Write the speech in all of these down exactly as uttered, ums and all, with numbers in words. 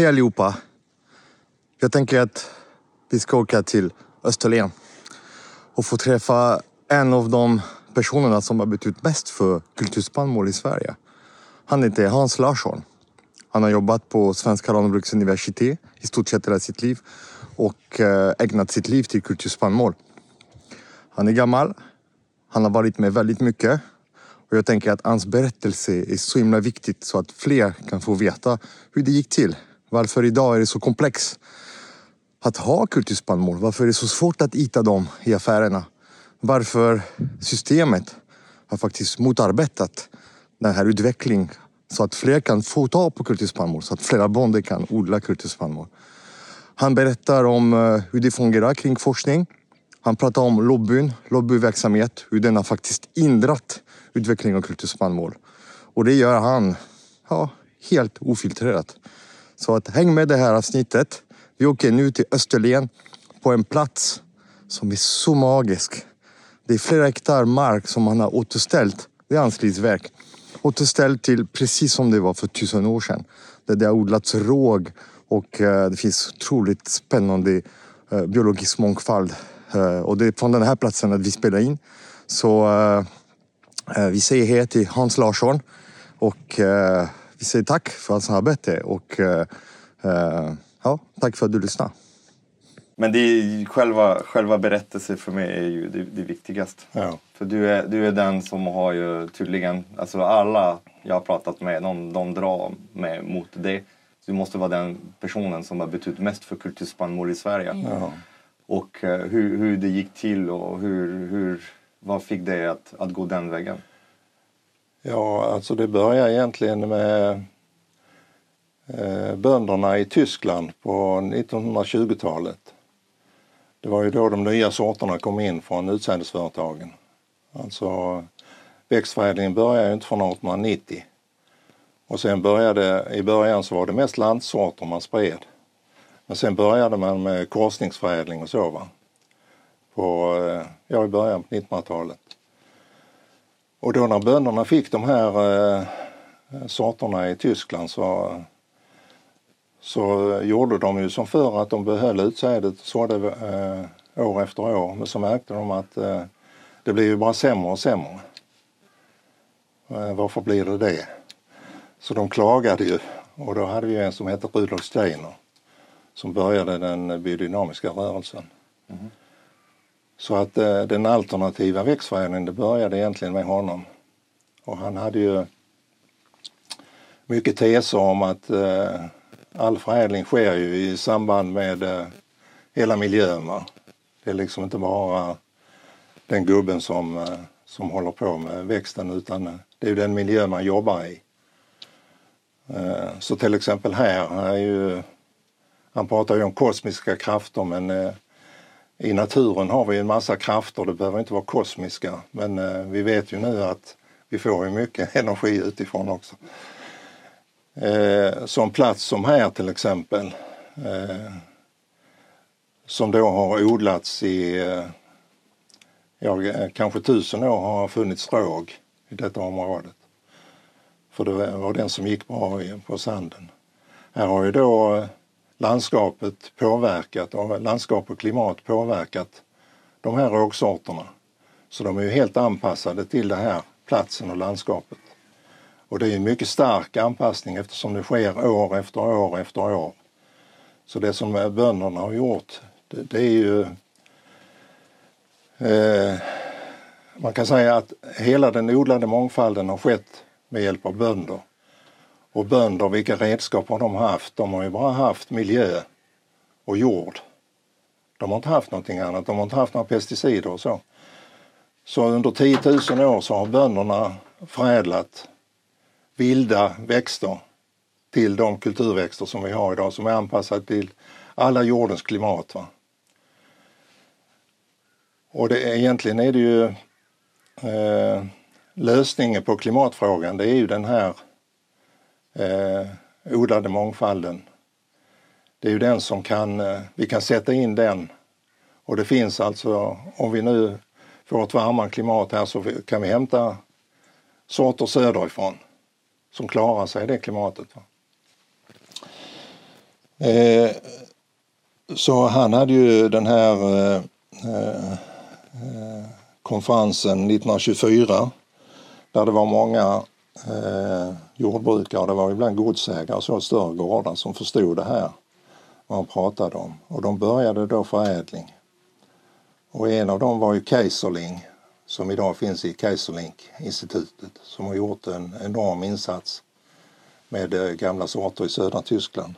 Hej allihopa. Jag tänker att vi ska åka till Österlen och få träffa en av de personerna som har betytt mest för kulturspannmål i Sverige. Han heter Hans Larsson. Han har jobbat på Svenska lantbruksuniversitet i stort sett hela sitt liv och ägnat sitt liv till kulturspannmål. Han är gammal. Han har varit med väldigt mycket. Och jag tänker att hans berättelse är så himla viktigt så att fler kan få veta hur det gick till. Varför idag är det så komplext att ha kulturspannmål? Varför är det så svårt att hitta dem i affärerna? Varför systemet har faktiskt motarbetat den här utvecklingen så att fler kan få ta på kulturspannmål, så att flera bönder kan odla kulturspannmål. Han berättar om hur det fungerar kring forskning. Han pratar om lobbyn, lobbyverksamhet, hur den har faktiskt hindrat utvecklingen av kulturspannmål. Och det gör han ja, helt ofiltrerat. Så att häng med det här avsnittet. Vi åker nu till Österlen på en plats som är så magisk. Det är flera hektar mark som han har återställt. Det är hans livsverk. Återställt till precis som det var för tusen år sedan. Där det har odlats råg och eh, det finns otroligt spännande eh, biologisk mångfald. Eh, och det är från den här platsen att vi spelar in. Så eh, vi säger hej till Hans Larsson och eh, vi säger tack för hans arbete och eh, eh, ja, tack för att du lyssnar. Men det är själva, själva berättelsen för mig är ju det, det viktigaste. Ja. För du är, du är den som har ju tydligen, alltså alla jag har pratat med, de, de drar med mot det. Du måste vara den personen som har betytt mest för kulturspannmål i Sverige. Ja. Och uh, hur, hur det gick till och hur, hur, vad fick det att, att gå den vägen? Ja, alltså det började egentligen med eh, bönderna i Tyskland på nittonhundratjugotalet. Det var ju då de nya sorterna kom in från utsädesföretagen. Alltså växtförädlingen började ju inte från artonhundranittio. Och sen började, i början så var det mest landsorter man spred. Men sen började man med korsningsförädling och så va. På, ja, i början på nittonhundratalet. Och då när bönderna fick de här eh, sorterna i Tyskland så, så gjorde de ju som för att de behöll utsädet så det eh, år efter år. Men så märkte de att eh, det blir ju bara sämre och sämre. Eh, varför blir det det? Så de klagade ju. Och då hade vi en som hette Rudolf Steiner som började den biodynamiska rörelsen. Mm. Så att eh, den alternativa växtförädlingen det började egentligen med honom. Och han hade ju mycket teser om att eh, all förädling sker ju i samband med eh, hela miljön. Va? Det är liksom inte bara den gubben som, eh, som håller på med växten utan eh, det är ju den miljö man jobbar i. Eh, så till exempel här är ju, han pratar ju om kosmiska krafter men eh, i naturen har vi en massa krafter, det behöver inte vara kosmiska. Men eh, vi vet ju nu att vi får ju mycket energi utifrån också. Eh, som plats som här till exempel. Eh, som då har odlats i eh, ja, kanske tusen år har funnits råg i detta området. För det var den som gick bra på sanden. Här har ju då eh, landskapet påverkat och landskap och klimat påverkat de här rågsorterna. Så de är ju helt anpassade till det här platsen och landskapet. Och det är en mycket stark anpassning eftersom det sker år efter år efter år. Så det som bönderna har gjort det, det är ju eh, man kan säga att hela den odlade mångfalden har skett med hjälp av bönder. Och bönder, vilka redskap har de haft? De har ju bara haft miljö och jord. De har inte haft någonting annat. De har inte haft några pesticider och så. Så under tio tusen år så har bönderna förädlat vilda växter till de kulturväxter som vi har idag som är anpassade till alla jordens klimat. Va? Och det, egentligen är det ju eh, lösningen på klimatfrågan. Det är ju den här Eh, odlade mångfalden. Det är ju den som kan, eh, vi kan sätta in den och det finns alltså, om vi nu får ett varmare klimat här så kan vi hämta sorter söderifrån som klarar sig i det klimatet. Va? Eh, så han hade ju den här eh, eh, konferensen nittonhundratjugofyra där det var många eh, jordbrukare, det var ibland godsägare och så större gårdar som förstod det här, vad han pratade om. Och de började då förädling. Och en av dem var ju Kaiserling, som idag finns i Kaiserlink-institutet, som har gjort en enorm insats med gamla sorter i södra Tyskland.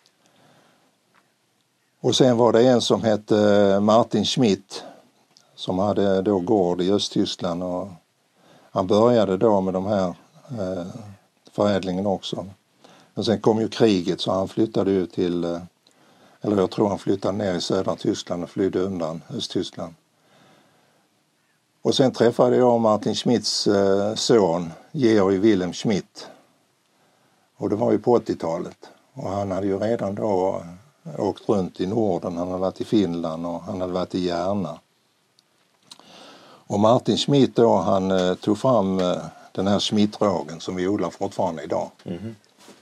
Och sen var det en som hette Martin Schmidt som hade då gård i Östtyskland, och han började då med de här eh, förädlingen också. Men sen kom ju kriget så han flyttade ut till, eh, eller jag tror han flyttade ner i södra Tyskland och flydde undan Östtyskland. Och sen träffade jag Martin Schmidts eh, son Georg Wilhelm Schmidt. Och det var ju på åttiotalet. Och han hade ju redan då åkt runt i Norden, han hade varit i Finland och han hade varit i Järna. Och Martin Schmidt då, han eh, tog fram eh, den här Schmidt-rågen som vi odlar fortfarande idag. Mm-hmm.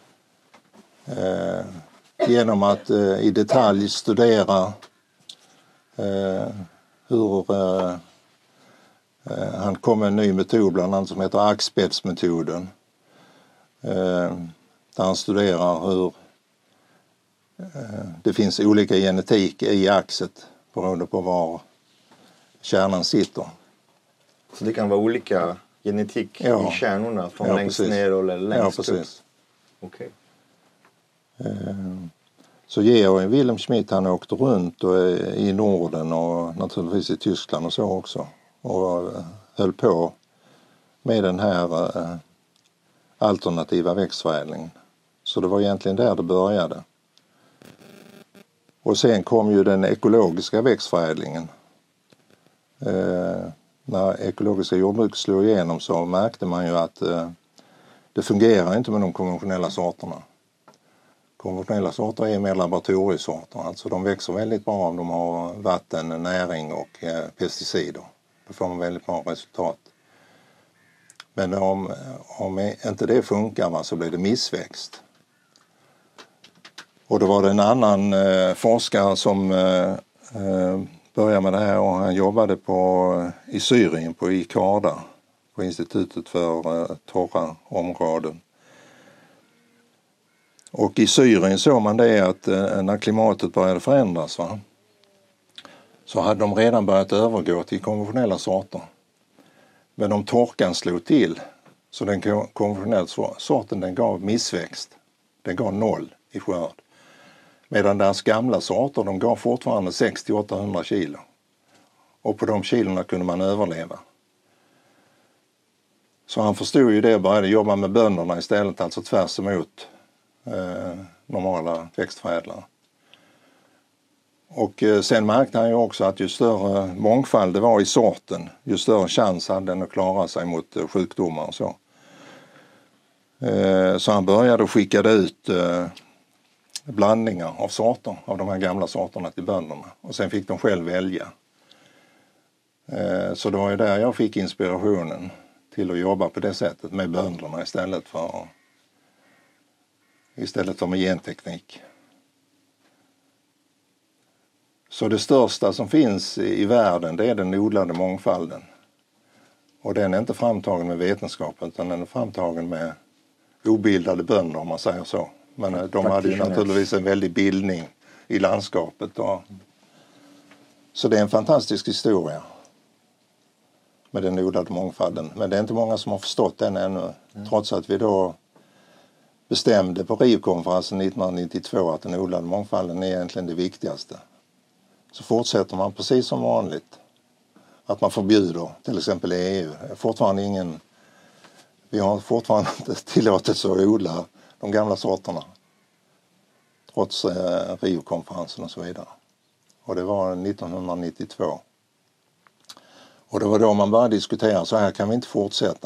Eh, genom att eh, i detalj studera eh, hur eh, eh, han kom med en ny metod bland annat som heter axspetsmetoden. Eh, där han studerar hur eh, det finns olika genetik i axet beroende på var kärnan sitter. Så det kan vara olika genetik ja. i kärnorna från ja, längst precis. ner eller längst ja, precis. upp? Okej. Eh, så Georg Wilhelm Schmidt, han åkte runt och, i Norden och naturligtvis i Tyskland och så också. Och eh, höll på med den här eh, alternativa växtförädlingen. Så det var egentligen där det började. Och sen kom ju den ekologiska växtförädlingen. Eh, när ekologiska jordbruk slog igenom så märkte man ju att eh, det fungerar inte med de konventionella sorterna. Konventionella sorter är mer laboratoriesorter, alltså de växer väldigt bra om de har vatten, näring och eh, pesticider. Då får man väldigt bra resultat. Men om, om inte det funkar va, så blir det missväxt. Och då var det en annan eh, forskare som eh, eh, började med det här, och han jobbade på, i Syrien på I C A R D A, på institutet för eh, torra områden. Och i Syrien såg man det att eh, när klimatet började förändras va, så hade de redan börjat övergå till konventionella sorter. Men om torkan slog till så den konventionella sorten den gav missväxt. Den gav noll i skörd. Medan deras gamla sorter de gav fortfarande sex till åttahundra kilo. Och på de kilorna kunde man överleva. Så han förstod ju det och började jobba med bönderna istället, alltså tvärs emot eh, normala växtförädlare. Och eh, sen märkte han ju också att ju större mångfald det var i sorten, ju större chans hade den att klara sig mot eh, sjukdomar och så. Eh, så han började skicka ut eh, blandningar av sorter, av de här gamla sorterna till bönderna. Och sen fick de själv välja. Eh, så det var ju där jag fick inspirationen till att jobba på det sättet med bönderna istället för, istället för med genteknik. Så det största som finns i världen det är den odlade mångfalden. Och den är inte framtagen med vetenskap utan den är framtagen med obildade bönder om man säger så. Men de hade ju naturligtvis en väldig bildning i landskapet. Och... Så det är en fantastisk historia med den odlade mångfalden. Men det är inte många som har förstått den ännu. Mm. Trots att vi då bestämde på Rio-konferensen nittonhundranittiotvå att den odlade mångfalden är egentligen det viktigaste. Så fortsätter man precis som vanligt. Att man förbjuder, till exempel i E U. Fortfarande ingen, vi har fortfarande inte tillåtelse att odla de gamla sorterna. Trots eh, Rio-konferensen och så vidare. Och det var nittonhundranittiotvå. Och det var då man började diskutera, så här kan vi inte fortsätta.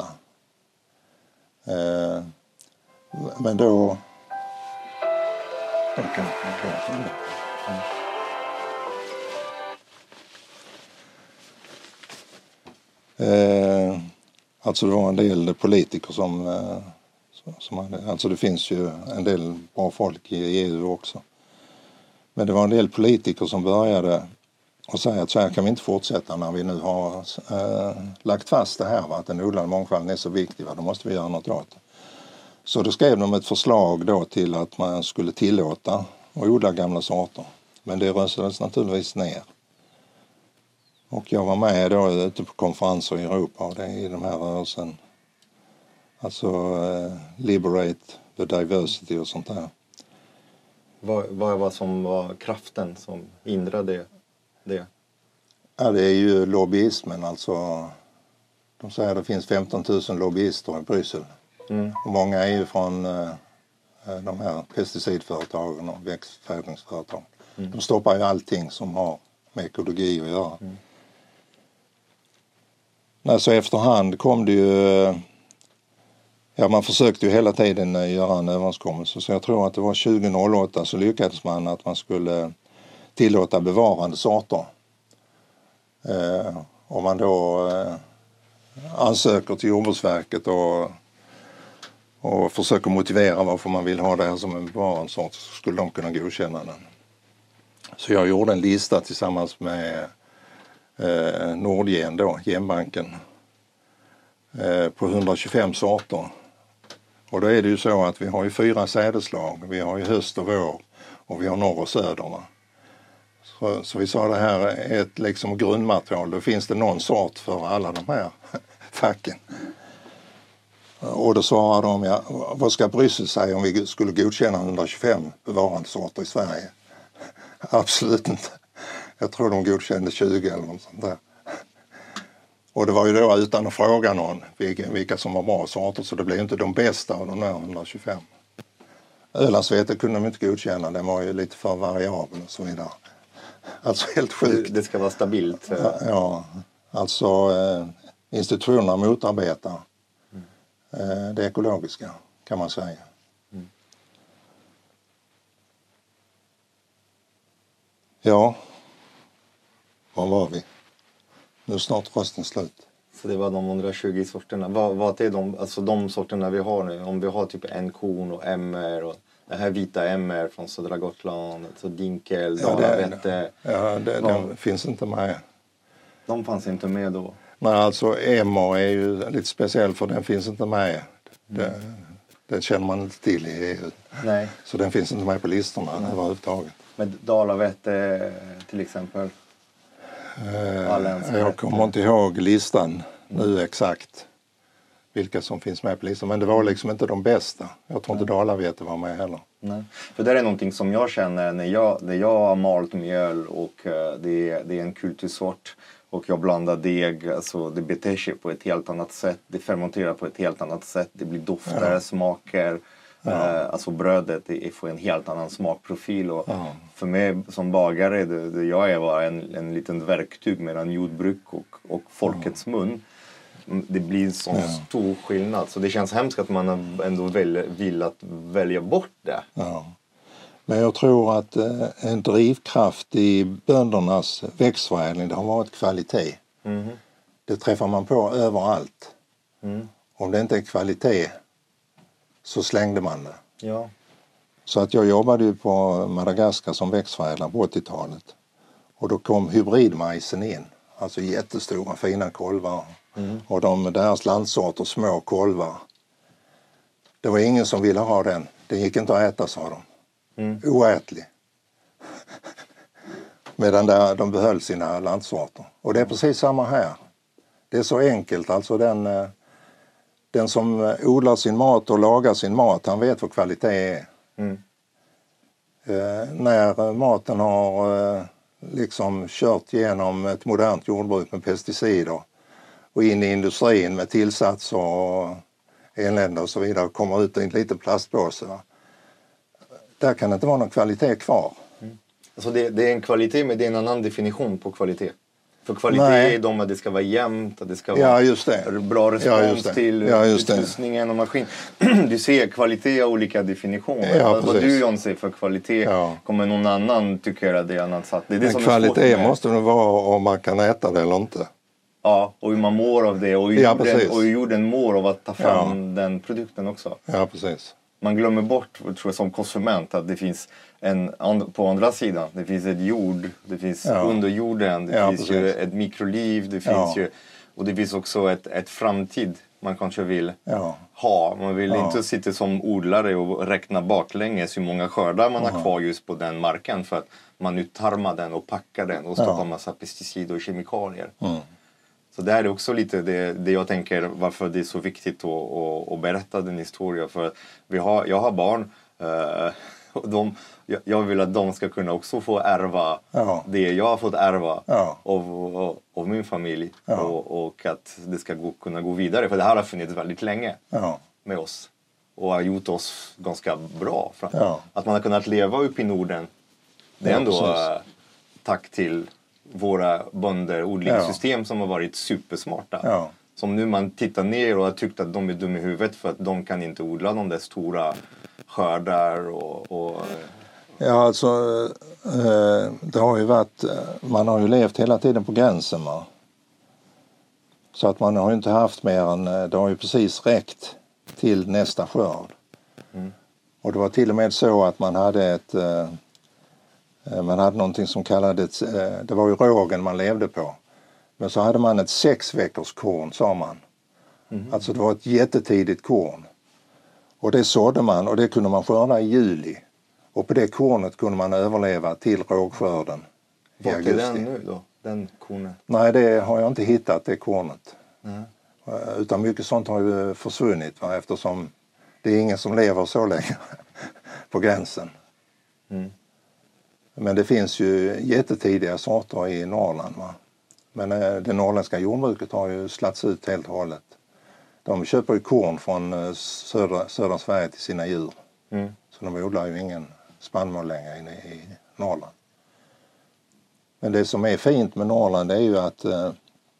Eh, men då... Okay. Mm. Eh, alltså det var en del politiker som, eh, som hade, alltså det finns ju en del bra folk i E U också. Men det var en del politiker som började och säga att så här kan vi inte fortsätta när vi nu har äh, lagt fast det här, va? Att den odlade mångfalden är så viktig, va? Då måste vi göra något åt det. Så då skrev de ett förslag då till att man skulle tillåta att odla gamla sorter. Men det röstades naturligtvis ner. Och jag var med då ute på konferenser i Europa och det är i den här rörelsen. Alltså eh, Liberate the Diversity och sånt där. Vad, vad var som var kraften som hindrade det? Ja, det är ju lobbyismen. Alltså, de säger att det finns femton tusen lobbyister i Bryssel. Mm. Och många är ju från eh, de här pesticidföretagen och växtförädlingsföretag. Mm. De stoppar ju allting som har med ekologi att göra. Mm. Nej, så efterhand kom det ju... Ja, man försökte ju hela tiden göra en överenskommelse. Så jag tror att det var tjugohundraåtta så lyckades man att man skulle tillåta bevarande sorter. Eh, om man då eh, ansöker till Jordbruksverket och, och försöker motivera varför man vill ha det här som en bevarande sort, så skulle de kunna godkänna den. Så jag gjorde en lista tillsammans med eh, Nordgen då, Genbanken, eh, på hundratjugofem sorter. Och då är det ju så att vi har ju fyra sädeslag. Vi har ju höst och vår och vi har norr och söder. Så, så vi sa det här är ett liksom grundmaterial. Då finns det någon sort för alla de här facken. Och då svarade de, ja, vad ska Bryssel säga om vi skulle godkänna hundratjugofem bevarande sorter i Sverige? Absolut inte. Jag tror de godkände tjugo eller något sånt där. Och det var ju då utan att fråga någon vilka, vilka som var bra sorter, så det blev inte de bästa av de där hundratjugofem. Ölandsvete kunde de inte godkänna, den var ju lite för variabel och så vidare. Alltså helt sjukt. Det ska vara stabilt. Ja, ja, alltså eh, institutionerna motarbetar eh, det ekologiska, kan man säga. Mm. Ja, var var vi? Nu är snart rösten slut. Så det var de hundratjugo sorterna. Vad, vad är de, alltså de sorterna vi har nu? Om vi har typ en korn och M R och det här vita M R från södra Gotland, så dinkel, ja, dalavete. Ja, det, de finns inte med. De fanns inte med då? Nej, alltså M R är ju lite speciell för den finns inte med. Mm. Det, den känner man inte till i E U. Nej. Så den finns inte med på listorna överhuvudtaget. Men dalavete till exempel? Uh, jag kommer inte ihåg listan nu exakt vilka som finns med på listan, men det var liksom inte de bästa. Jag tror inte dalavete var med heller. Nej. För det är någonting som jag känner när jag, när jag har malt mjöl och uh, det, är, det är en kultursort och jag blandar deg, alltså det beter sig på ett helt annat sätt, det fermenterar på ett helt annat sätt, det blir dofter, ja. smaker. Ja. Uh, alltså brödet det får en helt annan smakprofil och ja. För mig som bagare det, det jag är bara en, en liten verktyg mellan jordbruk och, och folkets ja. mun. Det blir en sån ja. stor skillnad, så det känns hemskt att man ändå väl, vill att välja bort det. Ja. Men jag tror att eh, en drivkraft i böndernas växtförädling, det har varit kvalitet. Mm. Det träffar man på överallt. Mm. Om det inte är kvalitet så slängde man det. Ja. Så att jag jobbade ju på Madagaskar som växtförädlare på åttiotalet. Och då kom hybridmajsen in. Alltså jättestora fina kolvar. Mm. Och de deras landsorter små kolvar. Det var ingen som ville ha den. Det gick inte att äta, sa de. Mm. Oätlig. Medan där de behöll sina landsorter. Och det är precis samma här. Det är så enkelt. Alltså den... Den som odlar sin mat och lagar sin mat, han vet vad kvalitet är. Mm. Eh, när maten har eh, liksom kört genom ett modernt jordbruk med pesticider och in i industrin med tillsatser och elände och så vidare och kommer ut i en liten plastpåse. Va? Där kan det inte vara någon kvalitet kvar. Mm. Alltså det, det är en kvalitet, men det är en annan definition på kvalitet. För kvalitet Nej. är de att det ska vara jämnt, att det ska vara ja, just det. bra respons ja, till ja, utrustningen och maskin. Du ser kvalitet av olika definitioner. Ja, vad du John säger för kvalitet ja. kommer någon annan tycker att det är annat satt. Det är det Men som kvalitet är måste det vara om man kan äta det eller inte. Ja, och hur man mår av det och hur, ja, jorden, och hur jorden mår av att ta fram ja. den produkten också. Ja, precis. man glömmer bort, tror jag, som konsument att det finns en, på andra sidan, det finns ett jord, det finns ja. under jorden, det ja, finns precis. ju ett mikroliv, det finns ja. ju, och det finns också ett, ett framtid man kanske vill ja. ha. Man vill ja. inte sitta som odlare och räkna baklänges hur många skördar man ja. har kvar just på den marken för att man uttarmar den och packar den och stoppar ja. massa pesticider och kemikalier. Mm. Så det är också lite det, det jag tänker varför det är så viktigt att, att, att berätta den historien. För vi har, jag har barn eh, och de, jag, jag vill att de ska kunna också få ärva ja. det jag har fått ärva ja. av, av, av min familj. Ja. Och, och att det ska gå, kunna gå vidare. För det här har funnits väldigt länge ja. med oss. Och har gjort oss ganska bra. Ja. Att man har kunnat leva upp i Norden. Det är ja, ändå precis. tack till våra bönder, odlingssystem ja. som har varit supersmarta. Ja. Som nu man tittar ner och har tyckt att de är dumma i huvudet för att de kan inte odla de där stora skördar och... och ja, alltså eh, det har ju varit, man har ju levt hela tiden på gränsen, va? Så att man har ju inte haft mer än, det har ju precis räckt till nästa skörd. Mm. Och det var till och med så att man hade ett eh, man hade någonting som kallades, eh, det var ju rågen man levde på. Men så hade man ett sex veckors korn, sa man. Mm. Alltså det var ett jättetidigt korn. Och det sådde man och det kunde man skörda i juli. Och på det kornet kunde man överleva till rågskörden. Vad är den nu då? Den kornet? Nej, det har jag inte hittat, det kornet. Mm. Utan mycket sånt har ju försvunnit, va? Eftersom det är ingen som lever så länge på gränsen. Mm. Men det finns ju jättetidiga sorter i Norrland, va? Men eh, det norrländska jordbruket har ju slagits ut helt och hållet. De köper ju korn från eh, södra, södra Sverige till sina djur. Mm. Så de odlar ju ingen spannmål längre inne i Norrland. Men det som är fint med Norrland är ju att eh,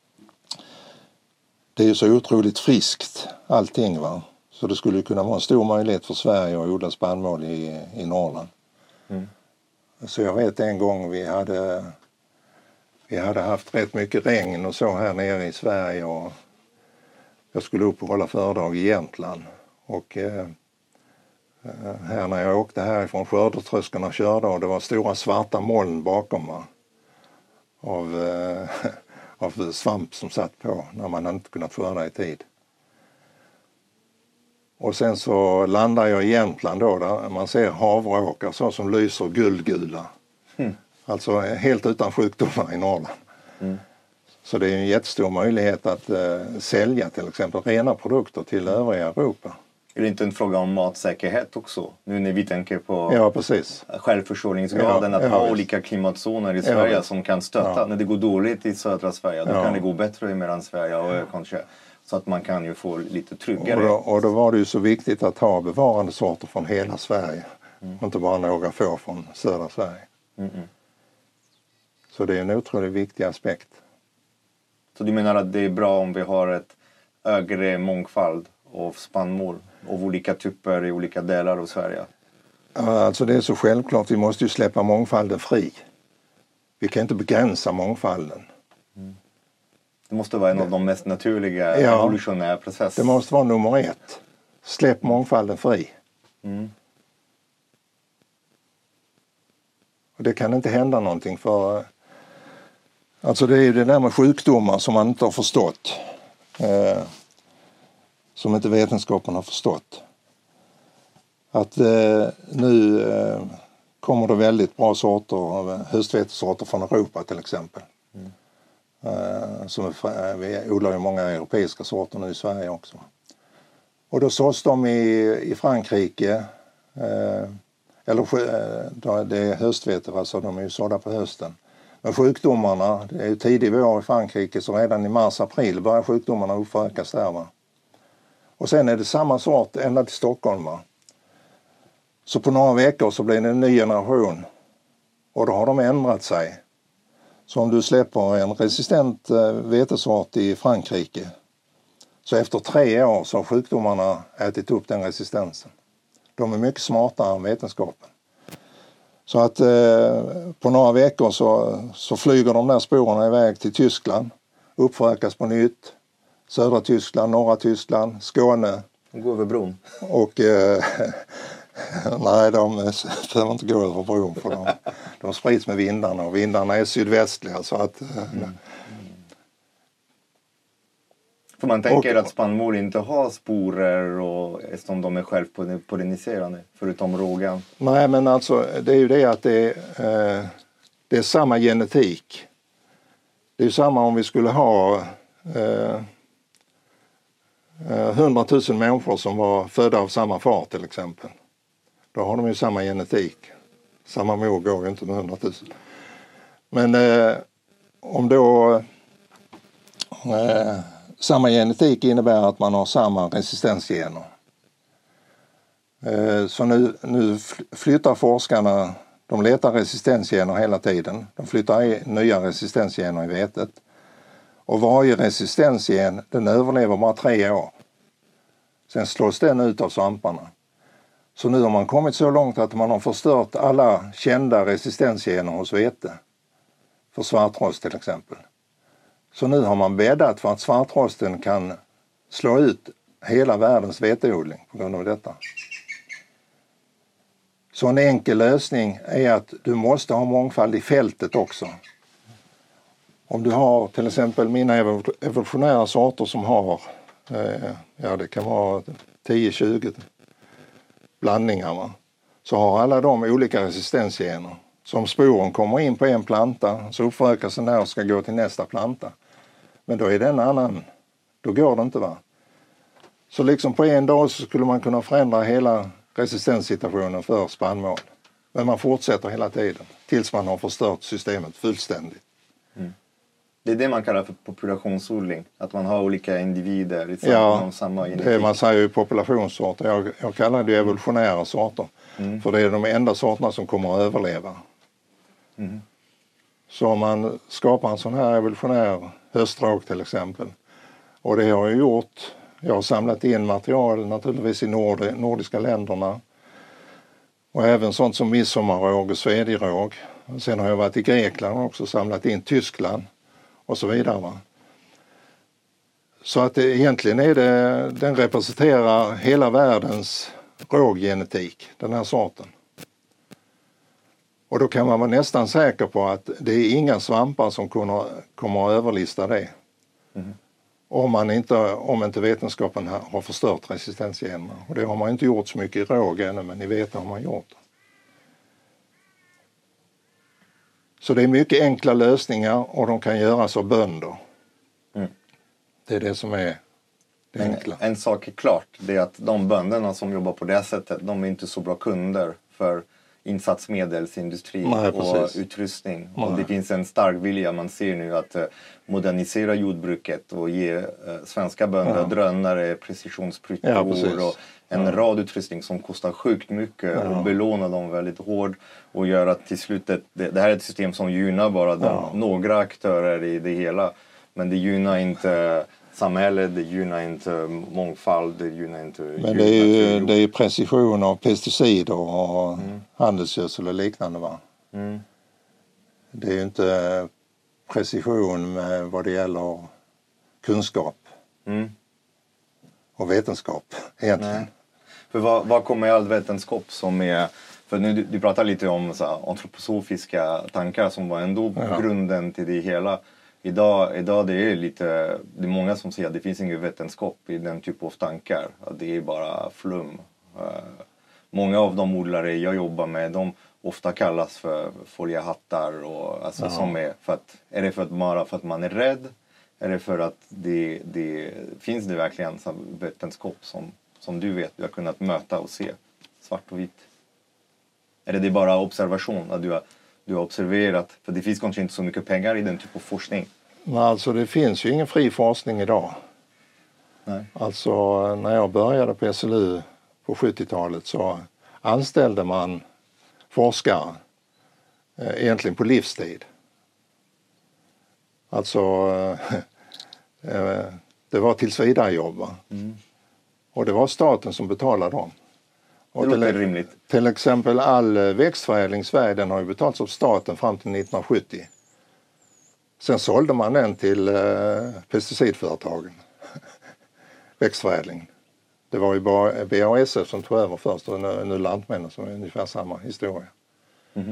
det är ju så otroligt friskt allting, va. Så det skulle kunna vara en stor möjlighet för Sverige att odla spannmål i, i Norrland. Mm. Så jag vet en gång vi hade, vi hade haft rätt mycket regn och så här nere i Sverige och jag skulle upp och hålla föredrag i Jämtland. Och eh, här när jag åkte härifrån skördetröskorna körde och det var stora svarta moln bakom mig. Av, eh, av svamp som satt på när man inte kunnat skörda i tid. Och sen så landar jag i Jämtland då där man ser havråkar så som lyser guldgula. Mm. Alltså helt utan sjukdomar i Norrland. Mm. Så det är en jättestor möjlighet att eh, sälja till exempel rena produkter till övriga Europa. Är det inte en fråga om matsäkerhet också? Nu när vi tänker på ja, precis. självförsörjningsgraden, ja, att ja, ha visst. olika klimatzoner i Sverige ja, som kan stötta. Ja. När det går dåligt i södra Sverige, då ja. kan det gå bättre i mellan Sverige och ja. kanske. Så att man kan ju få lite tryggare. Och då, och då var det ju så viktigt att ha bevarande sorter från hela Sverige. Mm. Inte bara några få från södra Sverige. Mm -mm. Så det är en otroligt viktig aspekt. Så du menar att det är bra om vi har ett högre mångfald av spannmål av olika typer i olika delar av Sverige? Ja, alltså det är så självklart. Vi måste ju släppa mångfalden fri. Vi kan inte begränsa mångfalden. Mm. Det måste vara en av de mest naturliga ja, evolutionära processer. Det måste vara nummer ett. Släpp mångfalden fri. Mm. Och det kan inte hända någonting för... Alltså det är ju det där med sjukdomar som man inte har förstått. Eh, som inte vetenskapen har förstått. Att eh, nu eh, kommer det väldigt bra sorter, höstvetesorter från Europa till exempel. Mm. Uh, som är, vi odlar ju många europeiska sorter nu i Sverige också. Och då sås de i, i Frankrike. Uh, eller uh, det är höstvete, alltså de är ju sådda på hösten. Men sjukdomarna, det är ju tidig vår i Frankrike så redan i mars-april börjar sjukdomarna uppförökas där, va. Och sen är det samma sort ända till Stockholm, va. Så på några veckor så blir det en ny generation. Och då har de ändrat sig. Så om du släpper en resistent vetesort i Frankrike så efter tre år så har sjukdomarna ätit upp den resistensen. De är mycket smartare än vetenskapen. Så att eh, på några veckor så, så flyger de där sporerna iväg till Tyskland, uppförökas på nytt, södra Tyskland, norra Tyskland, Skåne Gå över bron. Och eh, nej, de behöver inte gå över bron för de, de sprids med vindarna och vindarna är sydvästliga så att eh, mm. För man tänker och, att spannmål inte har sporer och eftersom de är självpolliniserande förutom rågan. Nej, men alltså det är ju det att det, eh, det är samma genetik. Det är ju samma om vi skulle ha eh, hundratusen människor som var födda av samma far till exempel. Då har de ju samma genetik. Samma mor går ju inte med hundratusen. Men eh, om då eh, samma genetik innebär att man har samma resistensgener. Eh, så nu, nu flyttar forskarna, de letar resistensgener hela tiden. De flyttar i nya resistensgener i vetet. Och varje resistensgen den överlever bara tre år. Sen slås den ut av svamparna. Så nu har man kommit så långt att man har förstört alla kända resistensgener hos vete. För svartrost till exempel. Så nu har man bäddat för att svartrosten kan slå ut hela världens veteodling på grund av detta. Så en enkel lösning är att du måste ha mångfald i fältet också. Om du har till exempel mina evolutionära sorter som har, eh, ja det kan vara tio tjugo blandningar, va? Så har alla de olika resistensgener. Så om sporen kommer in på en planta så uppförökas den där och ska gå till nästa planta. Men då är den annan, då går det inte, va? Så liksom på en dag så skulle man kunna förändra hela resistenssituationen för spannmål. Men man fortsätter hela tiden tills man har förstört systemet fullständigt. Mm. Det är det man kallar för populationsodling. Att man har olika individer i samma, ja, samma genetik. Det man säger ju populationssorter. Jag, jag kallar det evolutionära sorter. Mm. För det är de enda sorterna som kommer att överleva. Mm. Så om man skapar en sån här evolutionär höstråk till exempel. Och det har jag gjort. Jag har samlat in material naturligtvis i nord, nordiska länderna. Och även sånt som midsommarråg och svedjeråg. Sen har jag varit i Grekland och också samlat in Tyskland. Och så vidare, va? Så att det, egentligen är det, den representerar hela världens råggenetik, den här sorten. Och då kan man vara nästan säker på att det är inga svampar som kommer, kommer att överlista det. Mm. Om, man inte, om inte vetenskapen har förstört resistensgenerna. Och det har man inte gjort så mycket i råg ännu, men ni vet har man gjort. Så det är mycket enkla lösningar och de kan göras av bönder. Mm. Det är det som är det enkla. En, en sak är klart, det är att de bönderna som jobbar på det sättet, de är inte så bra kunder för insatsmedelsindustri. Nej, och utrustning. Nej. Och det finns en stark vilja, man ser nu att uh, modernisera jordbruket och ge uh, svenska bönder ja. drönare, precisionssprutor ja, och en ja. rad utrustning som kostar sjukt mycket ja. och belåna dem väldigt hårt och gör att till slut det, det här är ett system som gynnar bara de, ja. några aktörer i det hela, men det gynnar inte samhället, det gynnar inte mångfald, det gynnar inte... Men det är ju det är precision av pesticider och mm. handelsgödsel och liknande, va? Mm. Det är ju inte precision med vad det gäller kunskap mm. och vetenskap egentligen. Nej. För vad, vad kommer all vetenskap som är... För nu du, du pratar lite om så här, antroposofiska tankar som var ändå ja. grunden till det hela. Idag, idag det är lite, det är många som säger att det finns ingen vetenskap i den typen av tankar. Att det är bara flum. Uh, många av de odlare jag jobbar med, de ofta kallas för foliehattar. Och, alltså, ja. som är, för att, är det för att, bara för att man är rädd? Är det för att det, det finns det verkligen så vetenskap som, som du vet, du har kunnat möta och se svart och vitt? Är det, det bara observation att du har Du har observerat, för det finns kanske inte så mycket pengar i den typen av forskning. Men alltså det finns ju ingen fri forskning idag. Nej. Alltså när jag började på S L U på sjuttiotalet så anställde man forskare eh, egentligen på livstid. Alltså eh, det var tillsvidarejobb. Mm. Och det var staten som betalade dem. Och det låter rimligt. Till exempel all växtförädling i Sverige, den har ju betalats av staten fram till nittonhundrasjuttio. Sen sålde man den till eh, pesticidföretagen. Växtförädling. Det var ju bara B A S F som tog över först och nu, nu Lantmännen som är ungefär samma historia. Mm.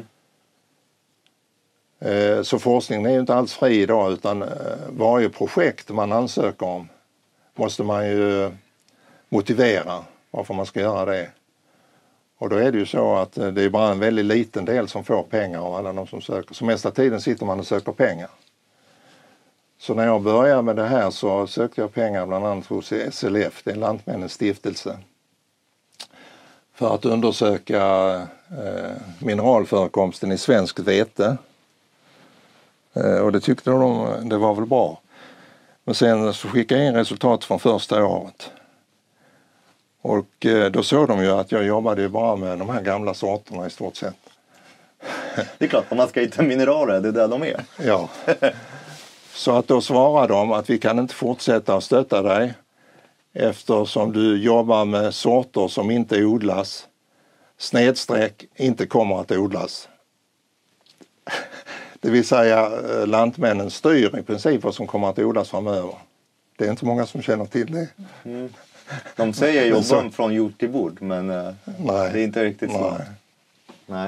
Eh, så forskningen är ju inte alls fri idag utan eh, varje projekt man ansöker om måste man ju motivera varför man ska göra det. Och då är det ju så att det är bara en väldigt liten del som får pengar av alla de som söker. Så mesta tiden sitter man och söker pengar. Så när jag började med det här så sökte jag pengar bland annat hos S L F, det är Lantmännens stiftelse. För att undersöka eh, mineralförekomsten i svenskt vete. Eh, och det tyckte de det var väl bra. Men sen så skickade jag in resultat från första året. Och eh, då såg de ju att jag jobbade ju bara med de här gamla sorterna i stort sett. Det är klart, om man ska hitta mineraler, det är där de är. Ja. Så att då svarade de att vi kan inte fortsätta att stötta dig eftersom du jobbar med sorter som inte odlas, snedstreck inte kommer att odlas. Det vill säga Lantmännen styr i princip vad som kommer att odlas framöver. Det är inte många som känner till det. Mm. De säger jobba så... från jord till bord, men uh, nej, det är inte riktigt så. Nej. Nej.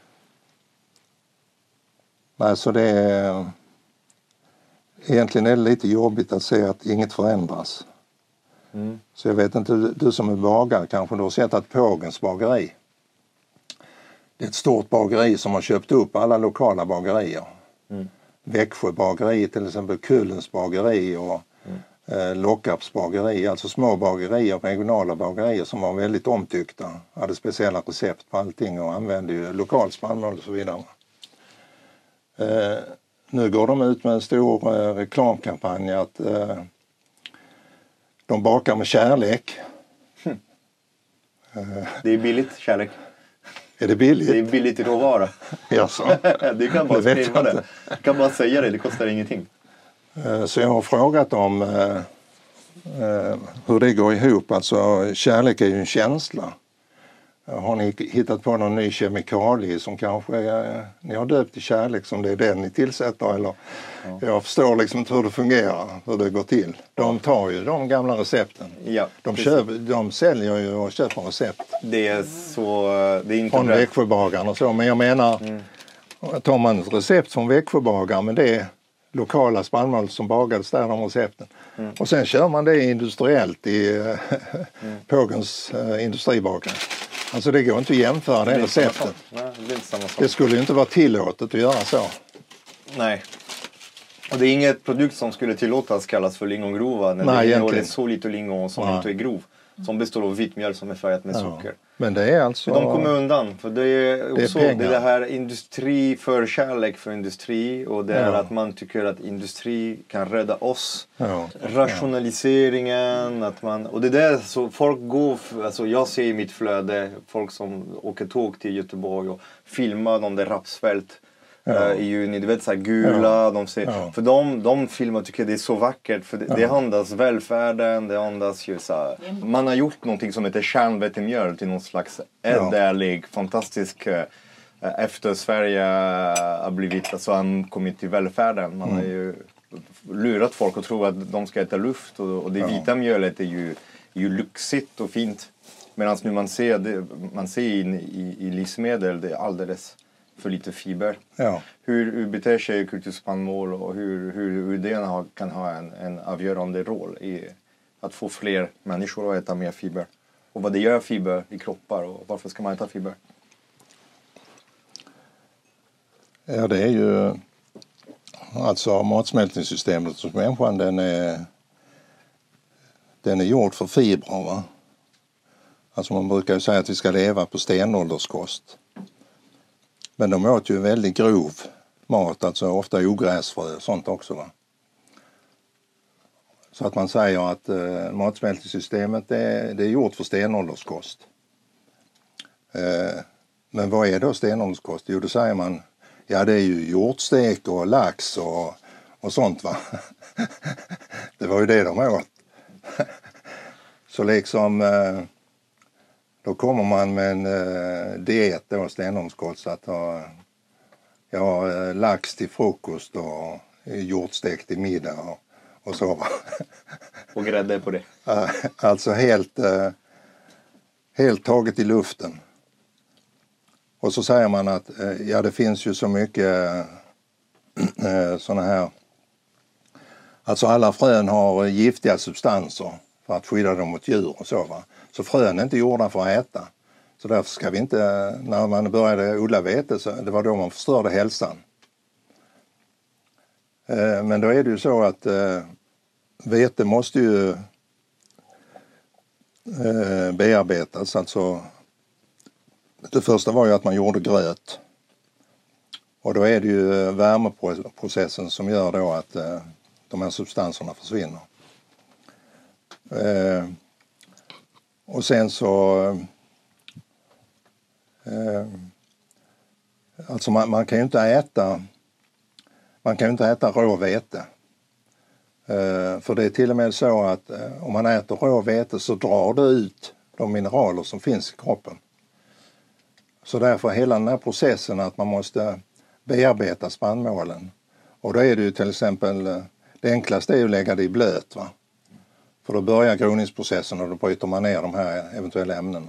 Nej, så det är... Egentligen är det lite jobbigt att se att inget förändras. Mm. Så jag vet inte, du som är bagare kanske du har sett att Pågens bageri. Det är ett stort bageri som har köpt upp alla lokala bagerier. Mm. Växjö bageri, till exempel Kullens bageri och mm. eh, Lockarps bageri. Alltså små bagerier, regionala bagerier som var väldigt omtyckta. Hade speciella recept på allting och använde ju lokal spannmål och så vidare. Eh, Nu går de ut med en stor eh, reklamkampanj att eh, de bakar med kärlek. Hm. Uh, det är billigt kärlek. Är det billigt? Det är billigt i råvara. Jaså? Du kan bara det skriva det. Du kan bara säga det, det kostar ingenting. Uh, så jag har frågat dem uh, uh, hur det går ihop. Alltså kärlek är ju en känsla. Har ni hittat på någon ny kemikalie som kanske eh, ni har döpt till kärlek som det är den ni tillsätter? Eller? Ja. Jag förstår liksom inte hur det fungerar, hur det går till. De tar ju de gamla recepten. Ja, de, köper, de säljer ju och köper recept. Det är så... Det är inte från Växjöbagaren och så. Men jag menar, mm. tar man ett recept från Växjöbagaren med det lokala spannmål som bagades där de recepten. Mm. Och sen kör man det industriellt i mm. Pågens uh, industribagare. Alltså det går inte att jämföra det, det receptet. Nej, det, är inte samma sak. Det skulle ju inte vara tillåtet att göra så. Nej. Och det är inget produkt som skulle tillåtas kallas för lingongrova. När Nej, det innehåller så lite lingon som Nej. inte är grov. Som består av vitmjöl som är färgat med ja. socker. Men det är alltså... De kommer undan. För det är också det, är det, det här industri för kärlek för industri. Och det är ja. att man tycker att industri kan rädda oss. Ja. Rationaliseringen. Ja. Att man, och det där så folk går... Alltså jag ser i mitt flöde folk som åker tåg till Göteborg och filmar de där rapsfält. Ja. I juni, du vet så här gula, ja. de ser, ja. för de, de filmer tycker det är så vackert för det, ja. det andas välfärden, det andas ju så här, man har gjort någonting som heter kärnvetemjöl till någon slags ädelig, ja. fantastisk äh, efter Sverige har blivit, alltså han kommit till välfärden, man mm. har ju lurat folk att tro att de ska äta luft och, och det ja. vita mjölet är ju, är ju lyxigt och fint medan nu man ser, det, man ser in i, i livsmedel, det är alldeles för lite fiber. Ja. Hur, hur beter sig kulturspannmål och hur, hur, hur det har, kan ha en, en avgörande roll i att få fler människor att äta mer fiber. Och vad det gör fiber i kroppar och varför ska man äta fiber? Ja, det är ju alltså matsmältningssystemet hos människan, den är den är gjord för fibrer, va? Alltså man brukar ju säga att vi ska leva på stenålderskost. Men de åt ju väldigt grov mat, alltså ofta ogräsfrö och sånt också, va. Så att man säger att eh, matsmältningssystemet är, det är gjort för stenålderskost. Eh, men vad är då stenålderskost? Jo, då säger man, ja det är ju hjortstek och lax och, och sånt, va. Det var ju det de åt. Så liksom... Eh, Då kommer man med en uh, diet då, stenålderskost, så att ha ja, uh, lax till frukost och hjortstek till middag och, och så. Och grädde på det. Alltså helt, helt taget i luften. Och så säger man att ja, det finns ju så mycket sådana här. Alltså alla frön har giftiga substanser för att skydda dem mot djur och så, va. Så frön är inte gjorda för att äta. Så därför ska vi inte, när man började odla vete, så det var då man förstörde hälsan. Men då är det ju så att vete måste ju bearbetas. Alltså, det första var ju att man gjorde gröt. Och då är det ju värmeprocessen som gör då att de här substanserna försvinner. Eh, och sen så eh, alltså man, man kan ju inte äta man kan ju inte äta rå vete. Eh, för det är till och med så att eh, om man äter rå vete så drar det ut de mineraler som finns i kroppen. Så därför hela den här processen att man måste bearbeta spannmålen. Och då är det ju till exempel, det enklaste är ju att lägga det i blöt, va. För då börjar groningsprocessen och då bryter man ner de här eventuella ämnena.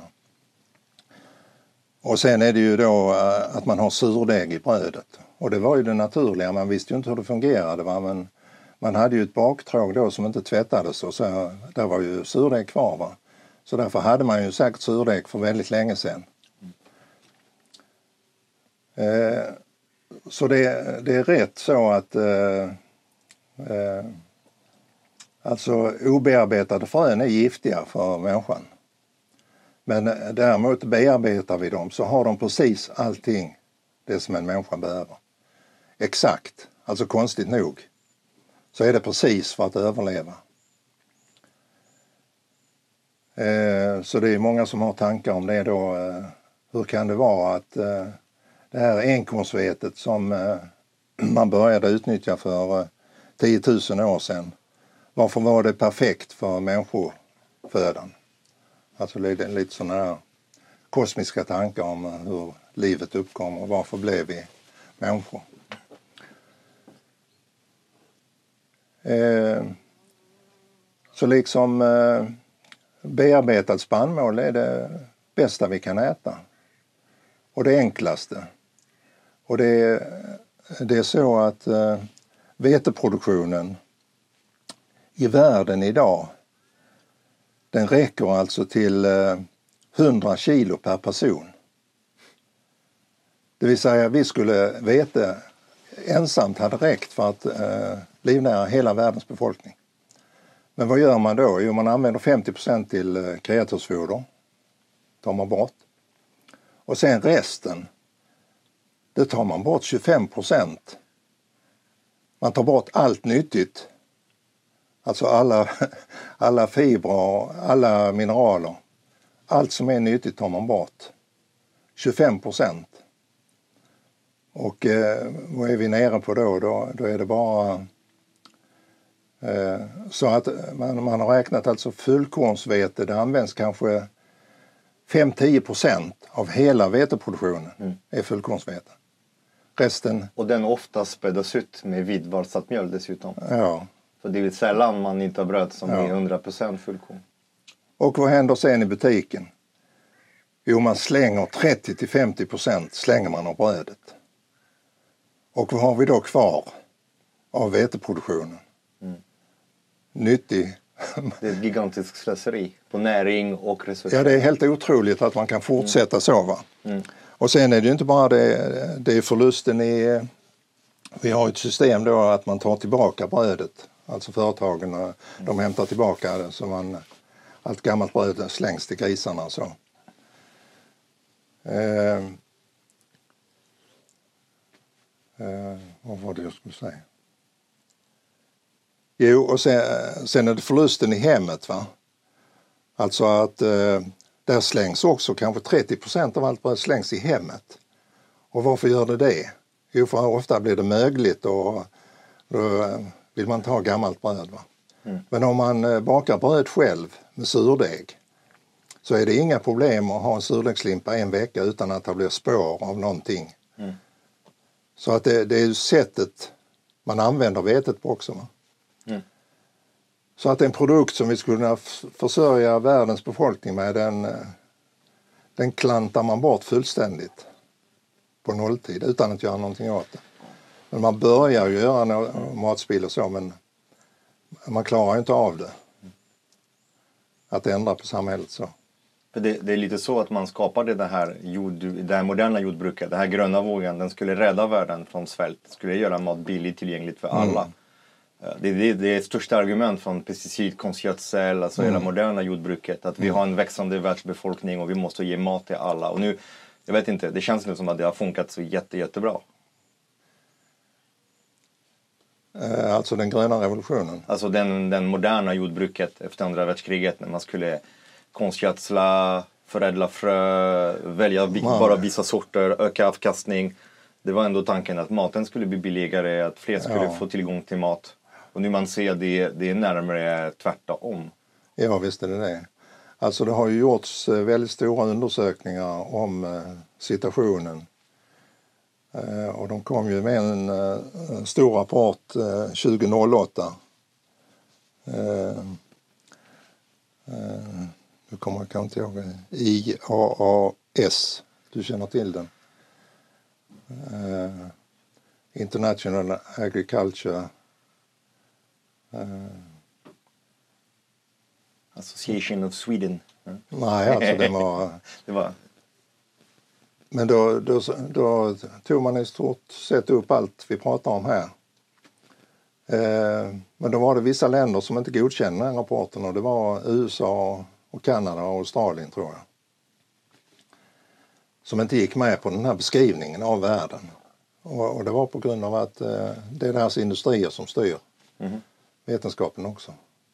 Och sen är det ju då att man har surdeg i brödet. Och det var ju det naturliga, man visste ju inte hur det fungerade, va. Men man hade ju ett baktråg då som inte tvättades och så där var ju surdeg kvar, va. Så därför hade man ju säkert surdeg för väldigt länge sedan. Eh, så det, det är rätt så att eh, eh, alltså obearbetade frön är giftiga för människan. Men däremot bearbetar vi dem så har de precis allting det som en människa behöver. Exakt, alltså konstigt nog, så är det precis för att överleva. Eh, så det är många som har tankar om det då. Eh, hur kan det vara att eh, det här enkornsvetet som eh, man började utnyttja för eh, tio tusen år sedan. Varför var det perfekt för människofödan? Alltså lite, lite sådana här kosmiska tankar om hur livet uppkom och varför blev vi människor. Eh, så liksom eh, bearbetat spannmål är det bästa vi kan äta. Och det enklaste. Och det är, det är så att eh, veteproduktionen i världen idag, den räcker alltså till eh, hundra kilo per person. Det vill säga vi skulle vete ensamt hade räckt för att eh, livnära hela världens befolkning. Men vad gör man då? Jo, man använder femtio procent till eh, kreatursfoder. Tar man bort. Och sen resten, det tar man bort tjugofem procent. Man tar bort allt nyttigt. Alltså alla, alla fibrer, alla mineraler. Allt som är nyttigt tar man bort. tjugofem procent. Och eh, vad är vi nere på då? Då, då är det bara... Eh, så att man, man har räknat alltså fullkornsvete, det används kanske fem till tio procent av hela veteproduktionen mm. är fullkornsvete. Resten... Och den ofta späddas ut med vidvalsat mjöl dessutom. Ja. För det är sällan man inte har bröd som ja. är hundra procent fullkorn. Och vad händer sen i butiken? Jo, man slänger trettio till femtio procent slänger man av brödet. Och vad har vi då kvar av veteproduktionen? Mm. Nyttig. Det är ett gigantiskt slöseri på näring och resurser. Ja, det är helt otroligt att man kan fortsätta mm. så, va? Mm. Och sen är det ju inte bara det, det är förlusten i... Vi har ett system då att man tar tillbaka brödet. Alltså företagen, mm. de hämtar tillbaka det så man... Allt gammalt bröd slängs till grisarna och så. Eh, eh, vad var det jag skulle säga? Jo, och sen, sen är det förlusten i hemmet, va? Alltså att eh, där slängs också kanske trettio procent av allt bröd slängs i hemmet. Och varför gör det det? Jo, för ofta blir det mögligt och då vill man inte ha gammalt bröd, va? Mm. Men om man bakar bröd själv med surdeg så är det inga problem att ha en surdegslimpa en vecka utan att det blir spår av någonting. Mm. Så att det, det är ju sättet man använder vetet på också, va? Mm. Så att en produkt som vi skulle kunna försörja världens befolkning med, den, den klantar man bort fullständigt på nolltid utan att göra någonting åt det. Men man börjar ju göra matspill och så, men man klarar ju inte av det. Att ändra på samhället så. För det, det är lite så att man skapade det här, jord, det här moderna jordbruket, den här gröna vågen, den skulle rädda världen från svält, skulle göra mat billigt tillgängligt för alla. Mm. Det, det, det är ett största argument från pesticid, konstgödsel, alltså mm. hela moderna jordbruket, att vi mm. har en växande världsbefolkning och vi måste ge mat till alla. Och nu, jag vet inte, det känns nu som att det har funkat så jätte, jättebra. Alltså den gröna revolutionen? Alltså den, den moderna jordbruket efter andra världskriget, när man skulle konstgödsla, förädla frö, välja bara vissa sorter, öka avkastning. Det var ändå tanken att maten skulle bli billigare, att fler skulle ja. få tillgång till mat. Och nu man ser det, det är närmare tvärtom. Ja, visst är det det. Alltså det har ju gjorts väldigt stora undersökningar om situationen. Och de kom ju med en, en stor rapport tjugohundraåtta. Nu kommer jag kanske inte ihåg. I A A S. Du känner till den. Uh, International Agriculture uh, Association of Sweden. Mm. Nej, alltså det var... det var... Men då, då, då tog man i stort sett upp allt vi pratar om här. Uh, men då var det vissa länder som inte godkände den rapporten, och det var U S A och Kanada och Australien, tror jag, som inte gick med på den här beskrivningen av världen. Och, och det var på grund av att eh, det är deras industrier som styr mm. vetenskapen också.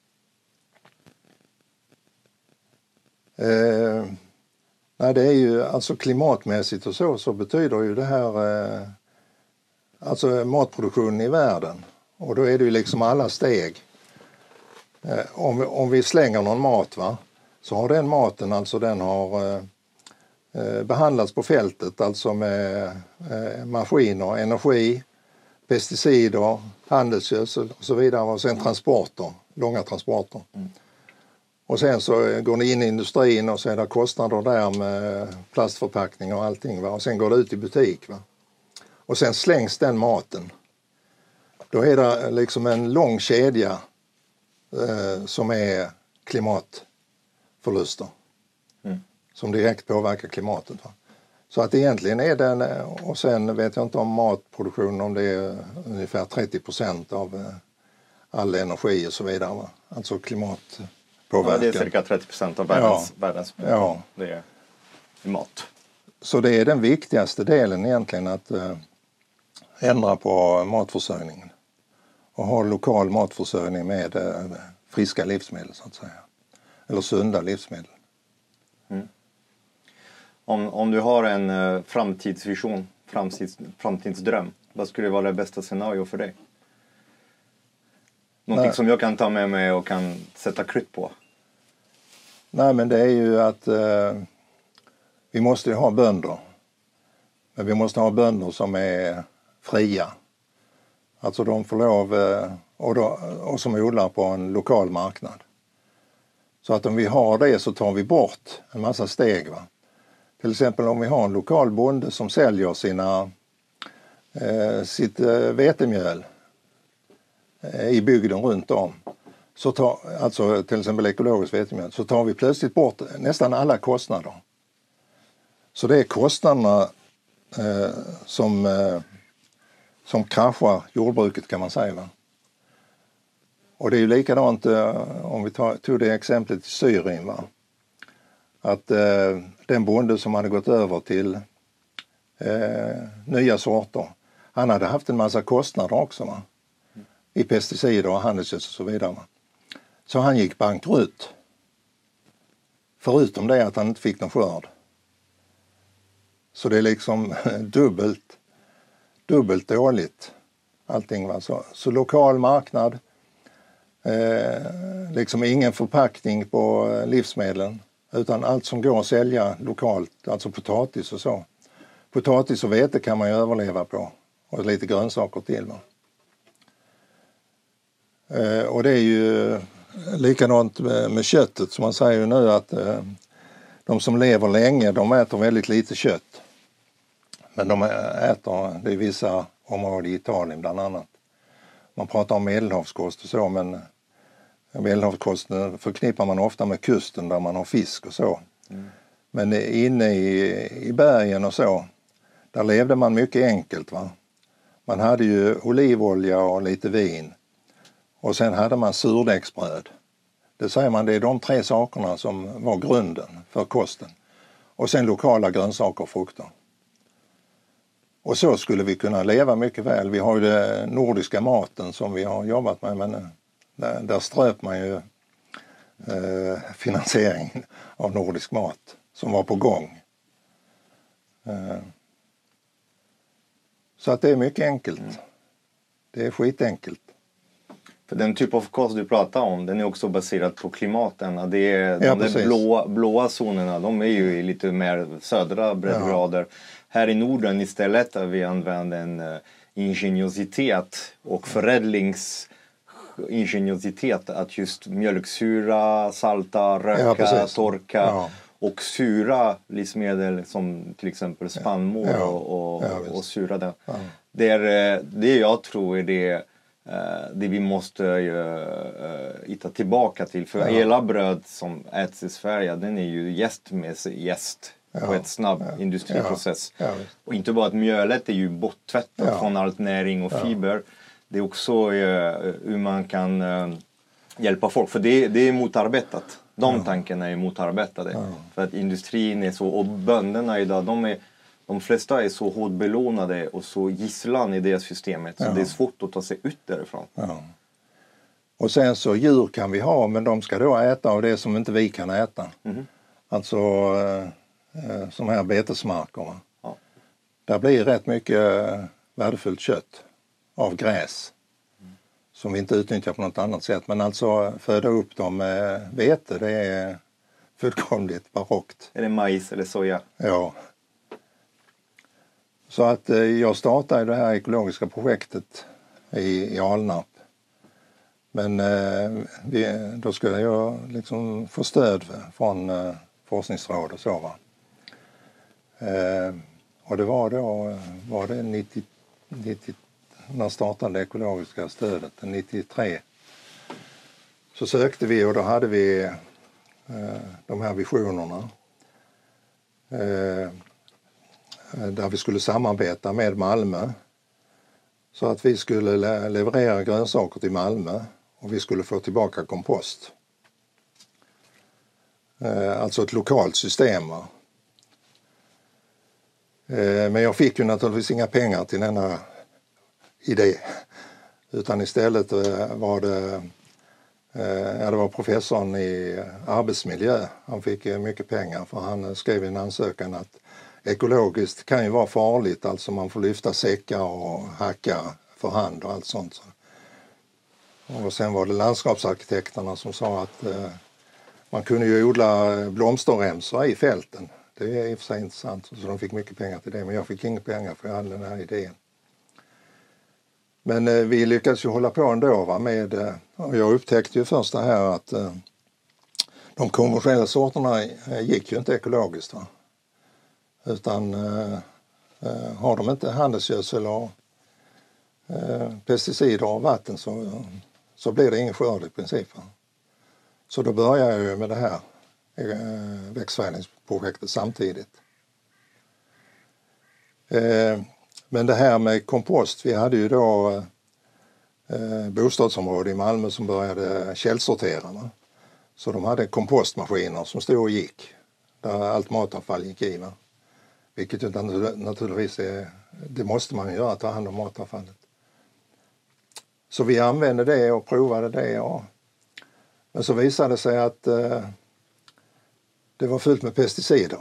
Eh, nej, det är ju alltså klimatmässigt och så, så betyder ju det här eh, alltså matproduktionen i världen. Och då är det ju liksom alla steg. Eh, om, vi, om vi slänger någon mat, va, så har den maten, alltså den har eh, behandlats på fältet, alltså med eh, maskiner, energi, pesticider, handelsgödsel och så vidare, och sen transporter, långa transporter. Mm. Och sen så går det in i industrin och så är det kostnader där med plastförpackning och allting, va? Och sen går det ut i butik, va? Och sen slängs den maten. Då är det liksom en lång kedja eh, som är klimatförluster. Mm. Som direkt påverkar klimatet. Va? Så att egentligen är den, och sen vet jag inte om matproduktion, om det är ungefär trettio procent av all energi och så vidare. Va? Alltså klimatpåverkan. Ja, det är cirka trettio procent av världens, ja. världens ja. Det är mat. Så det är den viktigaste delen egentligen, att eh, ändra på matförsörjningen. Och ha lokal matförsörjning med eh, friska livsmedel, så att säga. Eller sunda livsmedel. Mm. Om, om du har en uh, framtidsvision, framtids, framtidsdröm, vad skulle vara det bästa scenario för dig? Någonting Nej. som jag kan ta med mig och kan sätta krytt på? Nej, men det är ju att uh, vi måste ha bönder. Men vi måste ha bönder som är fria. Alltså de får lov, uh, och, då, och som odlar på en lokal marknad. Så att om vi har det så tar vi bort en massa steg. Va? Till exempel om vi har en lokal bonde som säljer sina, eh, sitt eh, vetemjöl eh, i bygden runt om. Så tar, alltså till exempel ekologiskt vetemjöl. Så tar vi plötsligt bort nästan alla kostnader. Så det är kostnaderna eh, som, eh, som kraschar jordbruket, kan man säga. Va? Och det är ju likadant eh, om vi tar, tog det exemplet i Syrien. Va? Att eh, den bonde som hade gått över till eh, nya sorter, han hade haft en massa kostnader också. Va? I pesticider och handelsgödsel och så vidare. Va? Så han gick bankrutt. Förutom det att han inte fick någon skörd. Så det är liksom dubbelt, dubbelt dåligt allting. Va? Så, så lokal marknad. Eh, liksom ingen förpackning på livsmedlen, utan allt som går att sälja lokalt, alltså potatis och så. Potatis och vete kan man ju överleva på, och lite grönsaker till. Va? Eh, och det är ju likadant med, med köttet, som man säger ju nu att eh, de som lever länge, de äter väldigt lite kött. Men de äter, det är vissa områden i Italien bland annat. Man pratar om medelhavskost och så, men medelhavskosten förknippar man ofta med kusten där man har fisk och så. Mm. Men inne i, i bergen och så, där levde man mycket enkelt, va. Man hade ju olivolja och lite vin. Och sen hade man surdegsbröd. Det säger man, det är de tre sakerna som var grunden för kosten. Och sen lokala grönsaker och frukter. Och så skulle vi kunna leva mycket väl. Vi har ju den nordiska maten som vi har jobbat med, men där, där ströp man ju eh, finansieringen av nordisk mat som var på gång. Eh, så att det är mycket enkelt. Mm. Det är skitenkelt. För den typ av kost du pratar om, den är också baserad på klimaten. Det är, ja, de där blåa, blåa zonerna, de är ju i lite mer södra breddgrader. Ja. Här i Norden istället har vi använt en uh, ingeniositet och förädlingsingeniositet att just mjölksyra, salta, röka, ja, torka ja. och syra livsmedel som till exempel spannmål ja. och, och, ja, och syra det. Ja. Det är det jag tror är det det vi måste uh, hitta tillbaka till. För ja. hela bröd som äts i Sverige, den är ju jäst med jäst ja. på ett snabb ja. industriprocess. Ja. Ja. Och inte bara att mjölet är ju borttvättat ja. från allt näring och fiber. Ja. Det är också uh, hur man kan uh, hjälpa folk. För det, det är motarbetat. De ja. tankarna är motarbetade. Ja. För att industrin är så, och bönderna idag, de är De flesta är så hårt belånade och så gisslan i det systemet. Så ja. det är svårt att ta sig ut därifrån. Ja. Och sen så djur kan vi ha, men de ska då äta av det som inte vi kan äta. Mm. Alltså eh, som här betesmarker. Ja. Där blir rätt mycket värdefullt kött av gräs. Mm. Som vi inte utnyttjar på något annat sätt. Men alltså föda upp dem med vete, det är fullkomligt barockt. Är det majs eller soja? Ja. Så att eh, jag startade det här ekologiska projektet i, i Alnarp. Men eh, vi, då skulle jag liksom få stöd från eh, forskningsråd och så, va. Eh, och det var då, var det nittio, nittio, när startade det ekologiska stödet, nittiotre. Så sökte vi och då hade vi eh, de här visionerna. Eh, där vi skulle samarbeta med Malmö så att vi skulle le- leverera grönsaker till Malmö och vi skulle få tillbaka kompost. Eh, alltså ett lokalt system. Eh, men jag fick ju naturligtvis inga pengar till denna idé, utan istället eh, var det, eh, ja, det var professorn i arbetsmiljö. Han fick eh, mycket pengar för han skrev i en ansökan att ekologiskt kan ju vara farligt, alltså man får lyfta säckar och hacka för hand och allt sånt. Och sen var det landskapsarkitekterna som sa att eh, man kunde ju odla blomsterremsor i fälten. Det är i och för sig intressant, så de fick mycket pengar till det, men jag fick inga pengar för jag hade den här idén. Men eh, vi lyckades ju hålla på ändå, va, med, eh, och jag upptäckte ju först det här att eh, de konventionella sorterna eh, gick ju inte ekologiskt, va. Utan eh, eh, har de inte handelsgödsel och eh, pesticider och vatten så, så blir det ingen skörd i princip. Så då börjar jag ju med det här eh, växtförädlingsprojektet samtidigt. Eh, men det här med kompost, vi hade ju då eh, bostadsområde i Malmö som började källsortera. Va? Så de hade kompostmaskiner som stod och gick, där allt matavfall gick i. Va? Vilket ju naturligtvis är, det måste man göra, ta hand om matavfallet. Så vi använde det och provade det. Och, men så visade det sig att eh, det var fullt med pesticider.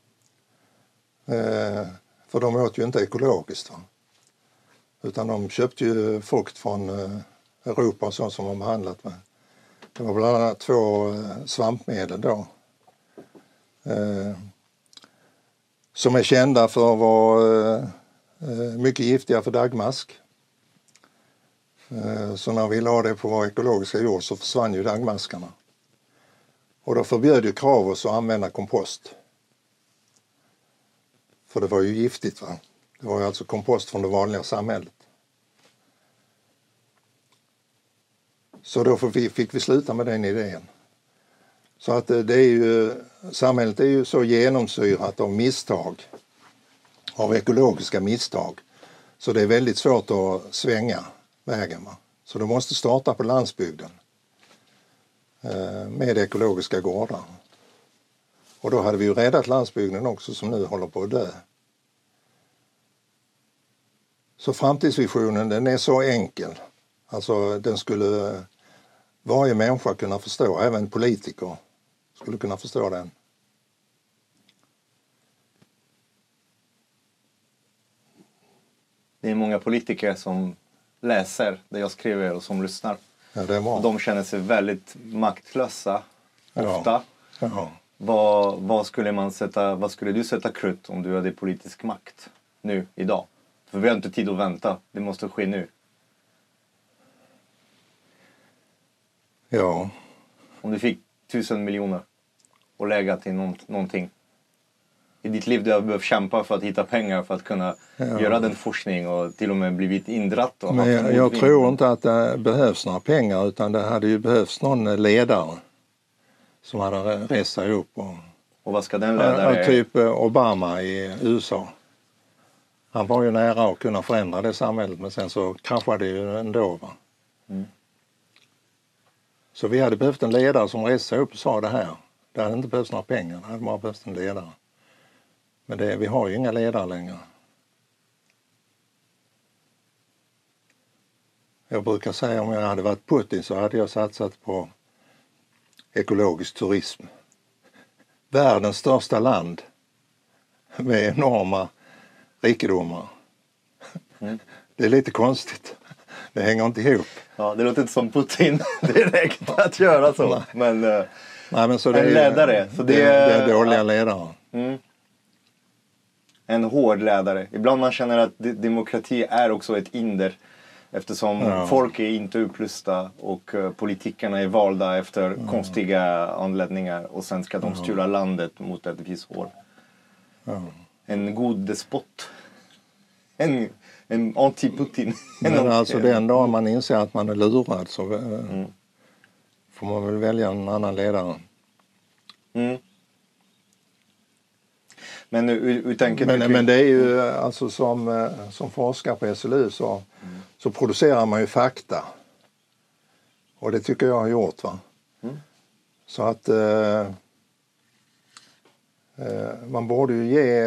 Eh, för de åt ju inte ekologiskt. Va? Utan de köpte ju frukt från eh, Europa och så som var behandlat med. Det var bland annat två eh, svampmedel då. Eh, som är kända för att vara eh, mycket giftiga för dagmask. Så när vi la det på vår ekologiska jord så försvann ju daggmaskarna. Och då förbjöd ju Kravos att använda kompost. För det var ju giftigt, va? Det var ju alltså kompost från det vanliga samhället. Så då fick vi sluta med den idén. Så att det är ju, samhället är ju så genomsyrat av misstag, av ekologiska misstag. Så det är väldigt svårt att svänga vägen, va? Så du måste starta på landsbygden med ekologiska gårdar. Och då hade vi ju räddat landsbygden också som nu håller på att dö. Så framtidsvisionen, den är så enkel. Alltså den skulle varje människa kunna förstå, även politiker skulle kunna förstå den. Det är många politiker som läser det jag skriver och som lyssnar. Ja, det är bra. Och de känner sig väldigt maktlösa ofta. Ja. Ja. Vad, vad, skulle man sätta, vad skulle du sätta krut om du hade politisk makt nu, idag? För vi har inte tid att vänta. Det måste ske nu. Ja. Om du fick tusen miljoner och lägga till någon, någonting. I ditt liv du har behövt kämpa för att hitta pengar för att kunna ja. göra den forskning och till och med blivit indratt. Och Men jag, jag tror inte att det behövs några pengar, utan det hade ju behövts någon ledare som hade rest sig upp. Och, och vad ska den ledare... Ja, typ Obama i U S A. Han var ju nära att kunna förändra det samhället, men sen så kraschade det ju ändå, va? Mm. Så vi hade behövt en ledare som reste sig upp och sa det här. Det hade inte behövts några pengar, det hade bara behövts en ledare. Men det, vi har ju inga ledare längre. Jag brukar säga om jag hade varit Putin så hade jag satsat på ekologisk turism. Världens största land med enorma rikedomar. Mm. Det är lite konstigt. Det hänger inte ihop. Ja, det låter inte som Putin direkt att göra så. Nej. Men, uh, Nej, men så det en är, ledare. Så det, det, är, det är dåliga ledare. Mm. En hård ledare. Ibland man känner att demokrati är också ett hinder. Eftersom ja. folk är inte upplysta och uh, politikerna är valda efter ja. konstiga anledningar. Och sen ska de styra ja. landet mot ett visst håll. Ja. En god despot. En, en anti-Putin. Men alltså den dag man inser att man är lurad så uh, mm. får man väl välja en annan ledare. Mm. Men, nu, utanke, men, men det är ju alltså som, som forskare på S L U så, mm. så producerar man ju fakta. Och det tycker jag har gjort, va. Mm. Så att eh, eh, man borde ju ge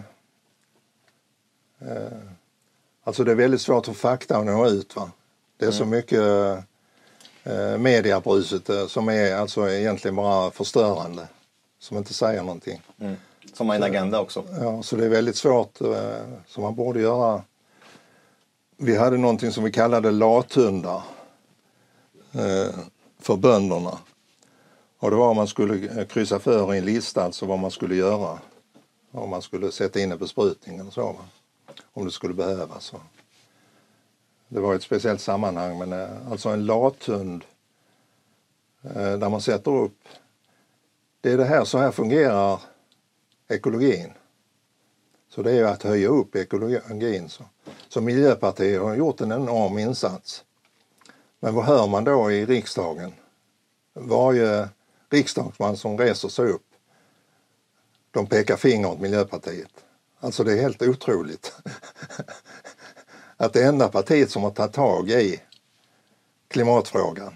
eh, alltså det är väldigt svårt för fakta att nå ut, va. Det är mm. så mycket eh, mediabruset eh, som är alltså egentligen bara förstörande. Som inte säger någonting. Mm. Som har en agenda också. Ja, så det är väldigt svårt. Eh, som man borde göra. Vi hade någonting som vi kallade lathundar. Eh, för bönderna. Och det var om man skulle kryssa för i en lista, alltså vad man skulle göra. Om man skulle sätta in en besprutning eller så. Va? Om det skulle behövas. Så. Det var ett speciellt sammanhang, men eh, alltså en lathund. Eh, där man sätter upp. Det är det här, så här fungerar ekologin. Så det är ju att höja upp ekologin. Så, så Miljöpartiet har gjort en enorm insats. Men vad hör man då i riksdagen? Varje riksdagsman som reser sig upp, de pekar finger åt Miljöpartiet. Alltså det är helt otroligt. Att det enda partiet som har tagit tag i klimatfrågan.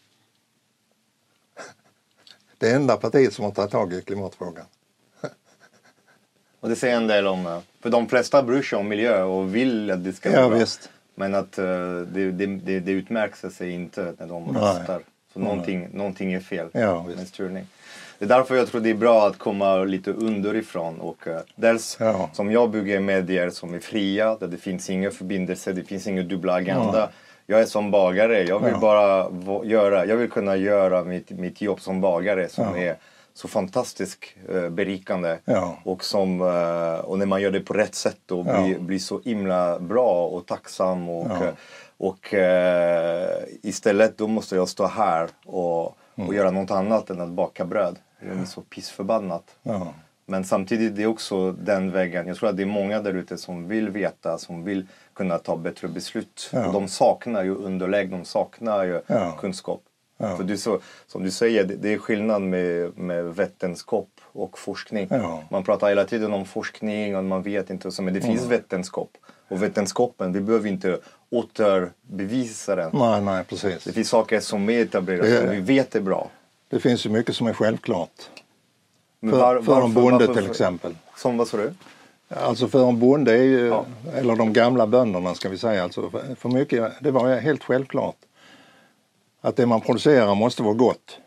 Det enda partiet som har tagit tag i klimatfrågan. Och det säger en del om, för de flesta bryr sig om miljö och vill att det ska vara ja, bra. Visst. Men att uh, det, det, det, det utmärker sig inte när de röstar. Så någonting, någonting är fel ja, med styrning. Det är därför jag tror det är bra att komma lite underifrån. Och uh, dels ja. som jag bygger medier som är fria, där det finns inga förbindelser, det finns ingen dubbla agenda. Ja. Jag är som bagare, jag vill ja. bara v- göra, jag vill kunna göra mitt, mitt jobb som bagare som, ja. är, så fantastiskt eh, berikande. Ja. Och, som, eh, och när man gör det på rätt sätt då Ja. blir, blir så himla bra och tacksam. Och, Ja. och eh, istället då måste jag stå här och, och Mm. göra något annat än att baka bröd. Det är så pissförbannat. Ja. Men samtidigt det är också den vägen. Jag tror att det är många där ute som vill veta, som vill kunna ta bättre beslut. Ja. Och de saknar ju underlägg, de saknar ju Ja. kunskap. Ja. För det är så, som du säger, det, det är skillnad med, med vetenskap och forskning. Ja. Man pratar hela tiden om forskning och man vet inte, och så, men det finns vetenskap. Och vetenskapen, vi behöver inte återbevisa den. Nej, nej, precis. Det finns saker som är etablerade, Det- som vi vet är bra. Det finns ju mycket som är självklart. Men För, var- för en varför- bonde varför- till exempel. Som vad sa du? Alltså för en bonde är ju, Ja. eller de gamla bönderna ska vi säga, alltså för, för mycket, det var ju helt självklart att det man producerar måste vara gott.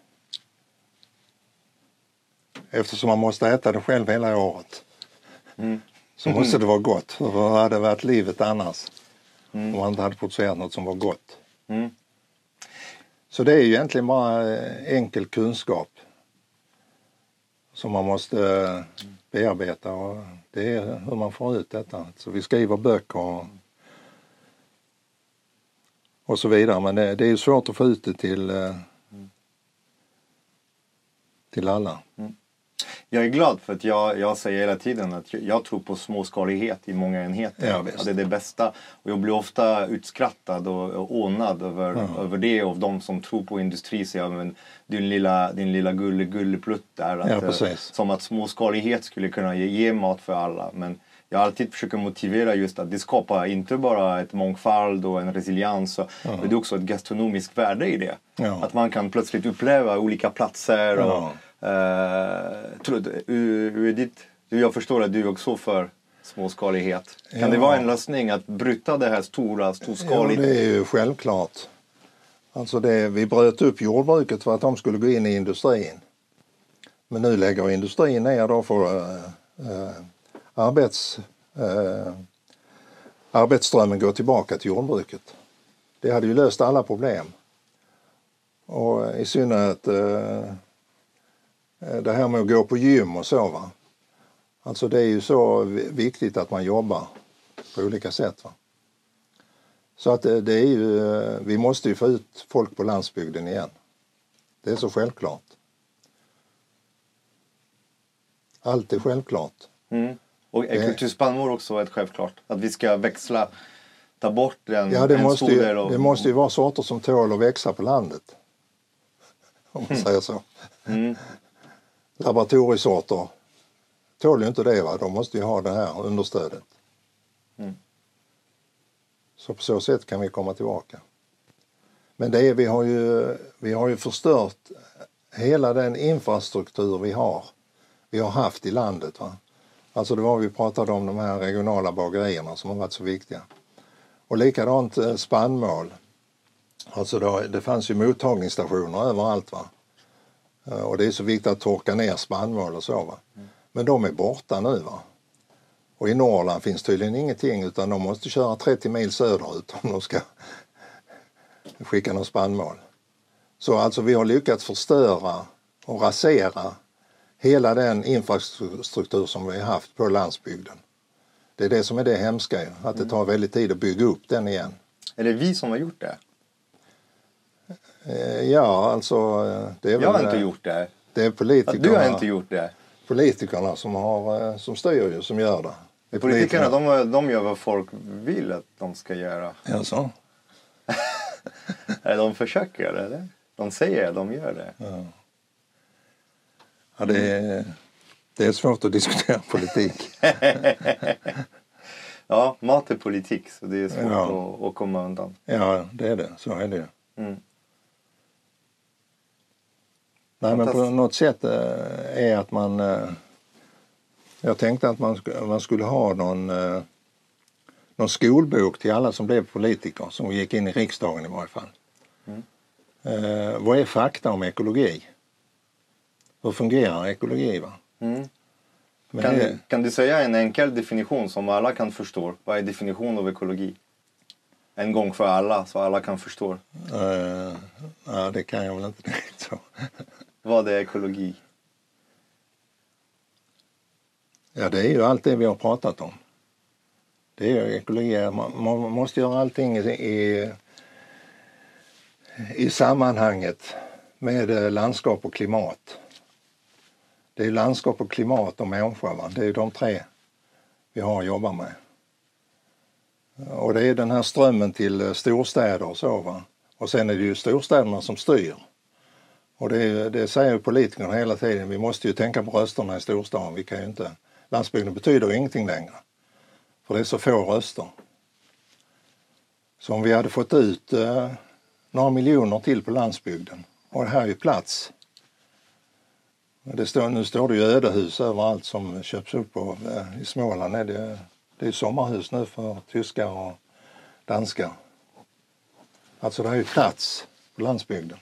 Eftersom man måste äta det själv hela året. Mm. Så måste det vara gott. För vad hade varit livet annars? Mm. Om man inte hade producerat något som var gott. Mm. Så det är ju egentligen bara eh, enkel kunskap. Som man måste eh, bearbeta. Och det är hur man får ut detta. Så vi skriver böcker och, och så vidare. Men det, det är ju svårt att få ut det till, eh, till alla. Jag är glad för att jag, jag säger hela tiden att jag, jag tror på småskalighet i många enheter. Ja, visst. Och det är det bästa. Och jag blir ofta utskrattad och, och ånad över, Ja. över det. Och de som tror på industri säger men din lilla, din lilla gulle, gulleplutt där. Att, Ja, eh, precis. som att småskalighet skulle kunna ge, ge mat för alla. Men jag alltid försöker motivera just att det skapar inte bara ett mångfald och en resiliens. Och, men det är också ett gastronomiskt värde i det. Ja. Att man kan plötsligt uppleva olika platser. Och, Ja. Uh, tror, ur, ur ditt, jag förstår att du är också för småskalighet. Kan Ja. det vara en lösning att bryta det här stora, Ja, storskaligt? det är ju självklart. Alltså det, vi bröt upp jordbruket för att de skulle gå in i industrin. Men nu lägger industrin ner då för äh, äh, arbets, äh, arbetsströmmen går tillbaka till jordbruket. Det hade ju löst alla problem. Och i synnerhet äh, det här med att gå på gym och så va. Alltså det är ju så viktigt att man jobbar på olika sätt va. Så att det är ju, vi måste ju få ut folk på landsbygden igen. Det är så självklart. Allt är självklart. Mm. Och är Det- kulturspannmål också ett självklart? Att vi ska växla, ta bort den, Ja, det en måste, stor ju, del av... det måste ju vara sorter som tål att växa på landet. Om man säger så. Mm. Laboratoriesorter tål ju inte det va. De måste ju ha det här understödet. Mm. Så på så sätt kan vi komma tillbaka. Men det är, vi, har ju, vi har ju förstört hela den infrastruktur vi har. Vi har haft i landet va. Alltså det var vi pratade om de här regionala bagerierna som har varit så viktiga. Och likadant eh, spannmål. Alltså då, det fanns ju mottagningsstationer överallt va. Eh, Och det är så viktigt att torka ner spannmål och så va. Men de är borta nu va. Och i Norrland finns tydligen ingenting utan de måste köra trettio mil söderut om de ska skicka någon spannmål. Så alltså vi har lyckats förstöra och rasera hela den infrastruktur som vi har haft på landsbygden. Det är det som är det hemska ju, att det tar väldigt tid att bygga upp den igen. Är det vi som har gjort det? Eh, Ja, alltså eh, det är väl... Jag har inte eh, gjort det. Det är politikerna, Du har inte gjort det. politikerna som, har, eh, som styr ju, som gör det. Det är Politikerna, de, de gör vad folk vill att de ska göra. Ja, så. Eller de försöker, eller? De säger de gör det. Ja. Ja, det, är, det är svårt att diskutera politik. Ja, mat är politik så det är svårt Ja. att, att komma undan. Ja, det är det. Så är det ju. Mm. Nej, men på Fantastiskt. något sätt eh, är att man... eh, Jag tänkte att man, sk- man skulle ha någon, eh, någon skolbok till alla som blev politiker, som gick in i riksdagen i varje fall. Mm. Eh, vad är fakta om ekologi? Hur fungerar ekologi? Va? Mm. Men Kan, det, du, kan du säga en enkel definition som alla kan förstå? Vad är definition av ekologi? En gång för alla, så alla kan förstå. eh, ja, det kan jag väl inte direkt så. Vad är ekologi? Ja, det är ju allt det vi har pratat om. Det är ju ekologi. Man, man måste göra allting i, i, i sammanhanget med landskap och klimat. Det är landskap och klimat och människa. Va? Det är de tre vi har att jobba med. Och det är den här strömmen till storstäder och så. Va? Och sen är det ju storstäderna som styr. Och det, det säger ju politikerna hela tiden. Vi måste ju tänka på rösterna i storstaden. Vi kan ju inte... Landsbygden betyder ju ingenting längre. För det är så få röster. Så om vi hade fått ut eh, några miljoner till på landsbygden. Och det här är ju plats. Det står, nu står det ju ödehus överallt som köps upp av, eh, i Småland. Är det, det är sommarhus nu för tyskar och danskar. Alltså det är ju plats på landsbygden.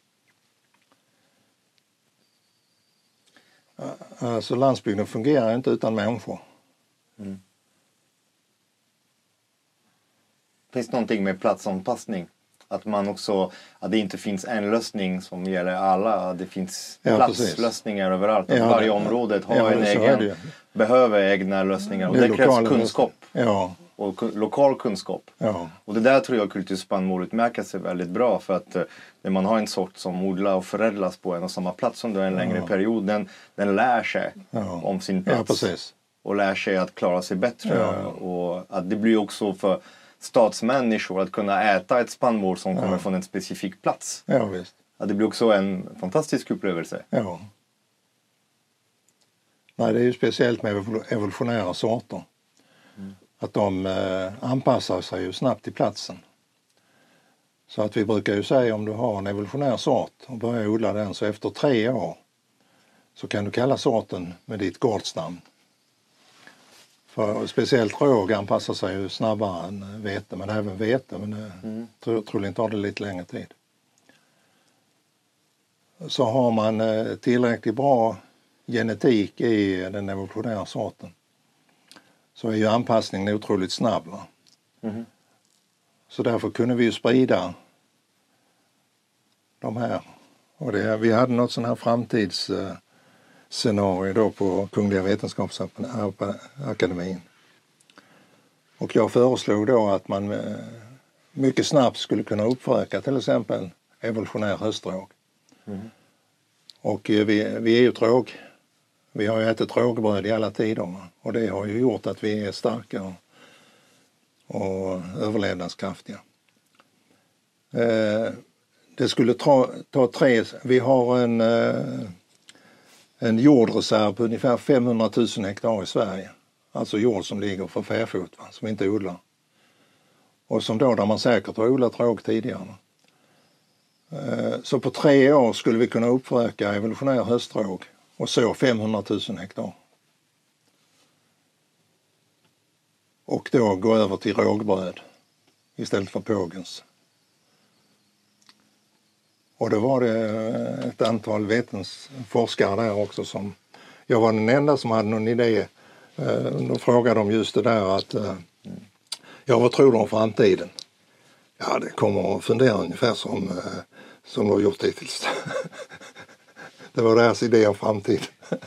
Alltså landsbygden fungerar inte utan människor. Mm. Finns det någonting med platsanpassning? Att man också, att det inte finns en lösning som gäller alla. Det finns ja, platslösningar precis. Överallt. Att ja, varje område har ja, en egen, behöver egna lösningar. Och det, det krävs kunskap. Ja. Och lokal kunskap. Ja. Och det där tror jag kulturspannmål utmärker sig väldigt bra. För att när man har en sort som odlar och förädlas på en och samma plats under en längre ja. period. Den, den lär sig ja. om sin plats. Ja, precis. Och lär sig att klara sig bättre. Ja. Och att det blir också för stadsmänniskor att kunna äta ett spannmål som ja. kommer från en specifik plats. Ja, visst. Att det blir också en fantastisk upplevelse. Ja. Nej, det är ju speciellt med evolutionära sorter. Mm. Att de eh, anpassar sig ju snabbt till platsen. Så att vi brukar ju säga om du har en evolutionär sort och börjar odla den så efter tre år så kan du kalla sorten med ditt gårdsnamn. För speciellt råg anpassar sig ju snabbare än vete, men även vete, men det mm. tror, troligen tar det lite längre tid. Så har man eh, tillräckligt bra genetik i den evolutionära sorten så är ju anpassningen otroligt snabb. Va? Mm. Så därför kunde vi ju sprida de här. Och det, vi hade något sån här framtidsscenario då på Kungliga Vetenskapsakademin. Och jag föreslog då att man mycket snabbt skulle kunna uppföröka till exempel evolutionär höstråg. Mm. Och vi, vi är ju tråg. Vi har ju ätit rågbröd i alla tider och det har ju gjort att vi är starka och, och överlevnadskraftiga. Eh, det skulle ta, ta tre, vi har en, eh, en jordreserv på ungefär femhundratusen hektar i Sverige. Alltså jord som ligger för fäfot, va, som inte odlar. Och som då där man säkert har odlat råg tidigare. Eh, så på tre år skulle vi kunna uppföröka evolutionär höstråg. Och så femhundratusen hektar. Och då gå över till rågbröd istället för pågens. Och då var det ett antal vetenskapsforskare där också som... Jag var den enda som hade någon idé. Då frågade de just det där att... Ja, vad tror du om framtiden? Ja, det kommer att fundera ungefär som, som de har gjort hittills. Det var deras idé om framtid.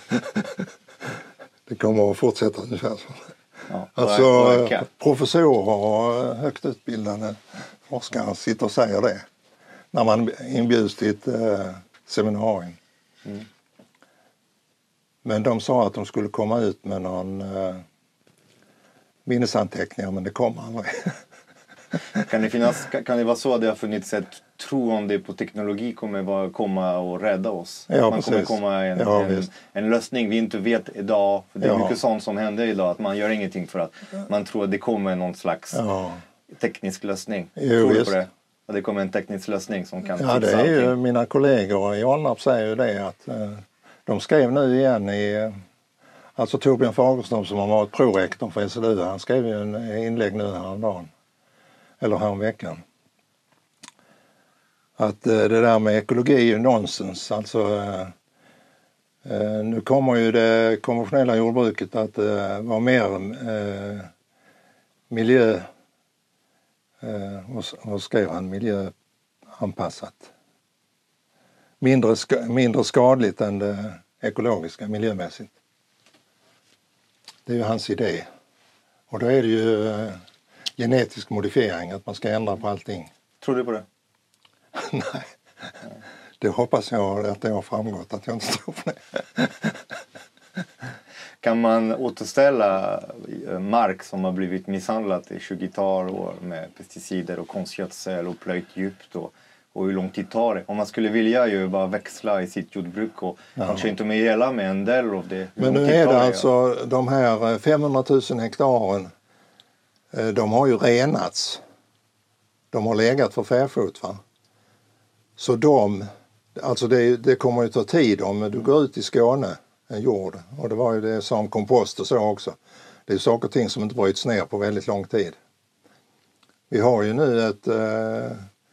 Det kommer att fortsätta ungefär så. Ja, alltså professorer och högt utbildade forskare sitter och säger det. När man inbjuds till ett eh, seminarium. Mm. Men de sa att de skulle komma ut med någon eh, minnesanteckningar, men det kommer aldrig. Kan det, finnas, kan det vara så att det har funnits ett tro om det på teknologi kommer vara, komma och rädda oss? Ja, man kommer komma en, ja, en, en lösning vi inte vet idag. För det är ja. mycket sånt som händer idag. Att man gör ingenting för att man tror att det kommer någon slags ja. teknisk lösning. Jo, tror du på det? Att det kommer en teknisk lösning som kan ja, det är allting. Ju mina kollegor i Alnarp säger ju det att eh, de skrev nu igen i alltså Torbjörn Fagerström som har varit prorektor för S L U. Han skrev ju en inlägg nu häromdagen. Eller häromveckan. Att eh, det där med ekologi är ju nonsens. Alltså eh, eh, nu kommer ju det konventionella jordbruket att eh, vara mer eh, miljö eh, och, och skrev han miljöanpassat. Mindre, ska, mindre skadligt än det ekologiska miljömässigt. Det är ju hans idé. Och då är det ju eh, genetisk modifiering, att man ska ändra på allting. Tror du på det? Nej, det hoppas jag att det har framgått att jag inte tror på det. Kan man återställa mark som har blivit misshandlat i tjugotal år med pesticider och konstgödsel och plöjt djupt och, och hur lång tid tar det? Om man skulle vilja ju bara växla i sitt jordbruk och ja. kanske inte med gälla med en del av det. Men nu är det, det alltså de här femhundratusen hektaren, de har ju renats. De har legat för fäfot, va? Så de, alltså det, det kommer ju ta tid om du går ut i Skåne, en jord, och det var ju det som kompost och så också. Det är saker och ting som inte bryts ner på väldigt lång tid. Vi har ju nu ett eh,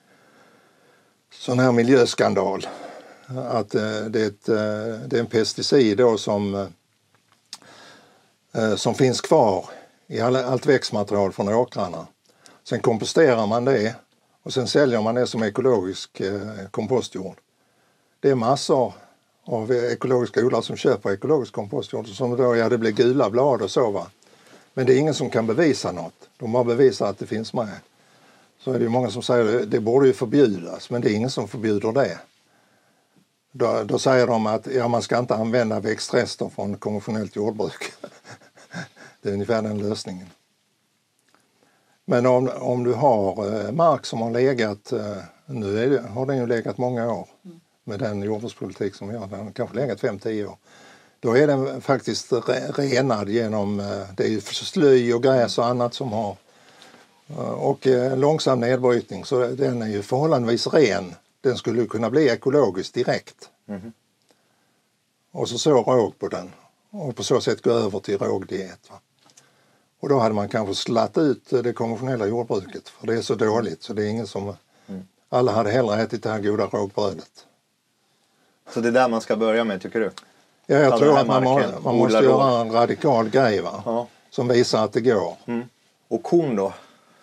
sån här miljöskandal, att eh, det, är ett, eh, det är en pesticid då som, eh, som finns kvar i all, allt växtmaterial från åkrarna. Sen komposterar man det och sen säljer man det som ekologisk eh, kompostjord. Det är massor av ekologiska odlare som köper ekologisk kompostjord som då, ja, det blir gula blad och så, va. Men det är ingen som kan bevisa något. De bara bevisar att det finns med. Så är det ju många som säger att det borde ju förbjudas, men det är ingen som förbjuder det. Då, då säger de att ja, man ska inte använda växtrester från konventionellt jordbruk. Det är ungefär den lösningen. Men om, om du har eh, mark som har legat, eh, nu är det, har den ju legat många år med den jordbrukspolitik som vi har, den har kanske legat fem till tio år. Då är den faktiskt re, renad genom, eh, det är ju slöj och gräs och annat som har, eh, och eh, långsam nedbrytning, så den är ju förhållandevis ren. Den skulle kunna bli ekologisk direkt. Mm. Och så så råg på den och på så sätt gå över till rågdiet, va? Och då hade man kanske slatt ut det konventionella jordbruket, för det är så dåligt så det är ingen som, mm. alla hade hellre ätit det här goda rågbrödet. Så det är där man ska börja med, tycker du? Ja, jag tror att man, må, man måste göra en radikal grej, va? Ja. Som visar att det går. Mm. Och korn då?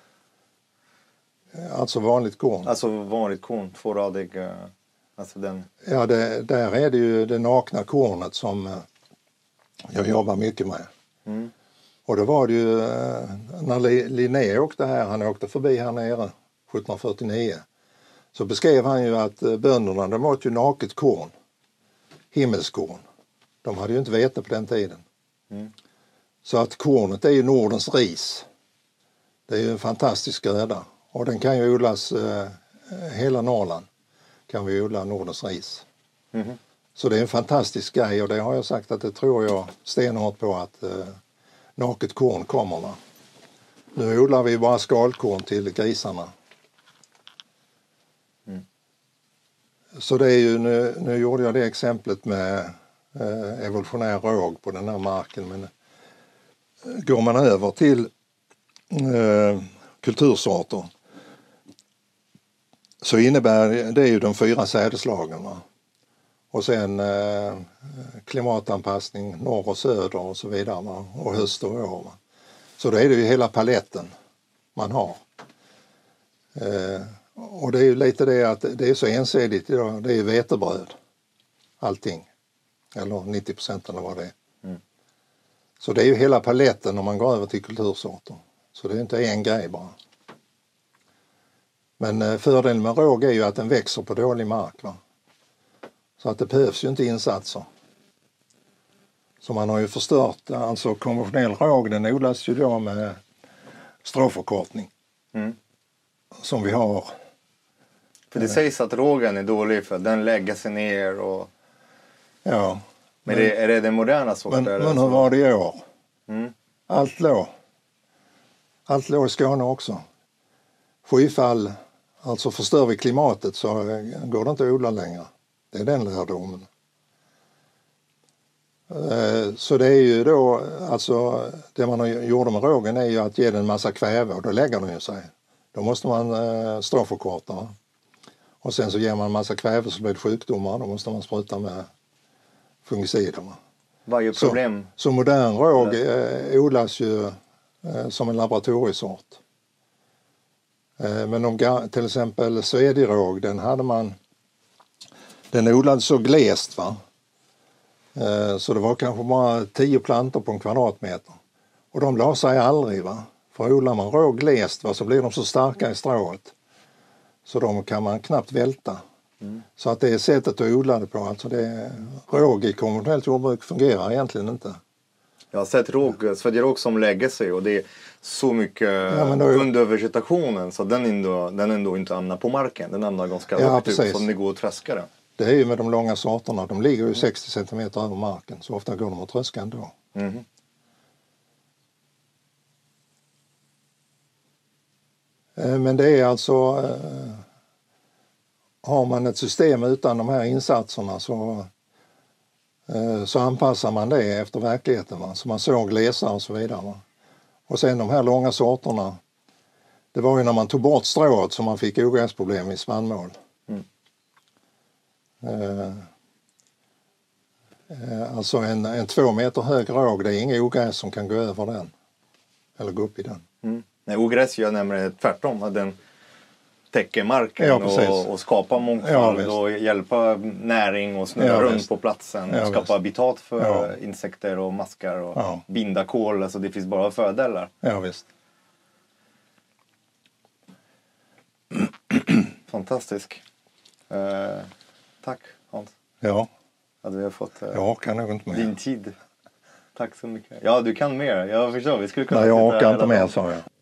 Alltså vanligt korn. Alltså vanligt korn, tvåradig, alltså den... Ja, det, där är det ju det nakna kornet som jag jobbar mycket med. Mm. Och då var det ju när Linné åkte här, han åkte förbi här nere sjutton fyrtionio, så beskrev han ju att bönderna, de åt ju naket korn, himmelskorn. De hade ju inte vete på den tiden. Mm. Så att kornet är ju Nordens ris. Det är ju en fantastisk gröda. Och den kan ju odlas, eh, hela Norrland kan vi odla Nordens ris. Mm. Så det är en fantastisk grej, och det har jag sagt att det tror jag stenhårt på att eh, naket korn kommer. Va? Nu odlar vi bara skalkorn till grisarna. Mm. Så det är ju, nu, nu gjorde jag det exemplet med eh, evolutionär råg på den här marken, men eh, går man över till eh, kultursorter så innebär det ju de fyra sädeslagen, va? Och sen eh, klimatanpassning norr och söder och så vidare, va? Och höst och vår. Va? Så då är det ju hela paletten man har. Eh, och det är ju lite det att det är så ensidigt idag, det är ju vetebröd, allting. Eller nittio procent eller vad det är. Mm. Så det är ju hela paletten om man går över till kultursorter. Så det är inte en grej bara. Men fördelen med råg är ju att den växer på dålig mark, va? Så att det behövs ju inte insatser. Så man har ju förstört, alltså konventionell råg, den odlas ju då med stråförkortning. Mm. Som vi har. För det sägs att rågen är dålig för den lägger sig ner och... Ja. Men, men det, är det den moderna sorten? Men, men hur var det i år? Mm. Allt låg. Allt låg i Skåne också. Skyfall, alltså förstör vi klimatet så går det inte att odla längre. Det är den lärdomen. Så det är ju då, alltså det man gjorde med rågen är ju att ge den en massa kväve och då lägger den ju sig. Då måste man eh, stråförkorta. Och sen så ger man en massa kväve så blir det sjukdomar, då måste man spruta med fungicider. Vad är problem? Så, så modern råg eh, odlas ju eh, som en laboratoriesort. Eh, men om till exempel svediråg, den hade man, den odlades så glest, va? Eh, så det var kanske bara tio plantor på en kvadratmeter. Och de la sig aldrig. Va? För odlar man råg glest, va, så blir de så starka i strået. Så de kan man knappt välta. Mm. Så att det är sättet att odla det på. Alltså det, råg i konventionellt jordbruk fungerar egentligen inte. Jag har sett råg, svedjeråg som lägger sig och det är så mycket ja, då, under vegetationen så den ändå, den ändå inte hamnar på marken. Den hamnar ganska ja, högt upp så det går att tröska den. Det är ju med de långa sorterna, de ligger ju sextio centimeter över marken så ofta går de att tröska ändå. Mm. Men det är alltså, har man ett system utan de här insatserna så, så anpassar man det efter verkligheten. Va? Så man såg glesar och så vidare. Va? Och sen de här långa sorterna, det var ju när man tog bort strået som man fick ogräsproblem i spannmål. Mm. Alltså en, en två meter hög råg, det är inga ogräs som kan gå över den. Eller gå upp i den. Mm. Nej, ogräs gör nämligen tvärtom. Att den täcker marken ja, och, och skapar mångfald ja, och hjälpa näring och snurra ja, runt visst. På platsen. Ja, och skapa visst. Habitat för ja. Insekter och maskar och ja. Binda kol. Alltså det finns bara fördelar. Ja, visst. Fantastisk. Uh, tack Hans. Ja. Att vi har fått uh, jag orkar nog inte mer. Din tid. Tack så mycket. Ja, du kan mer. Jag förstår. Vi skulle kunna Nej, jag orkar inte mer, sa jag.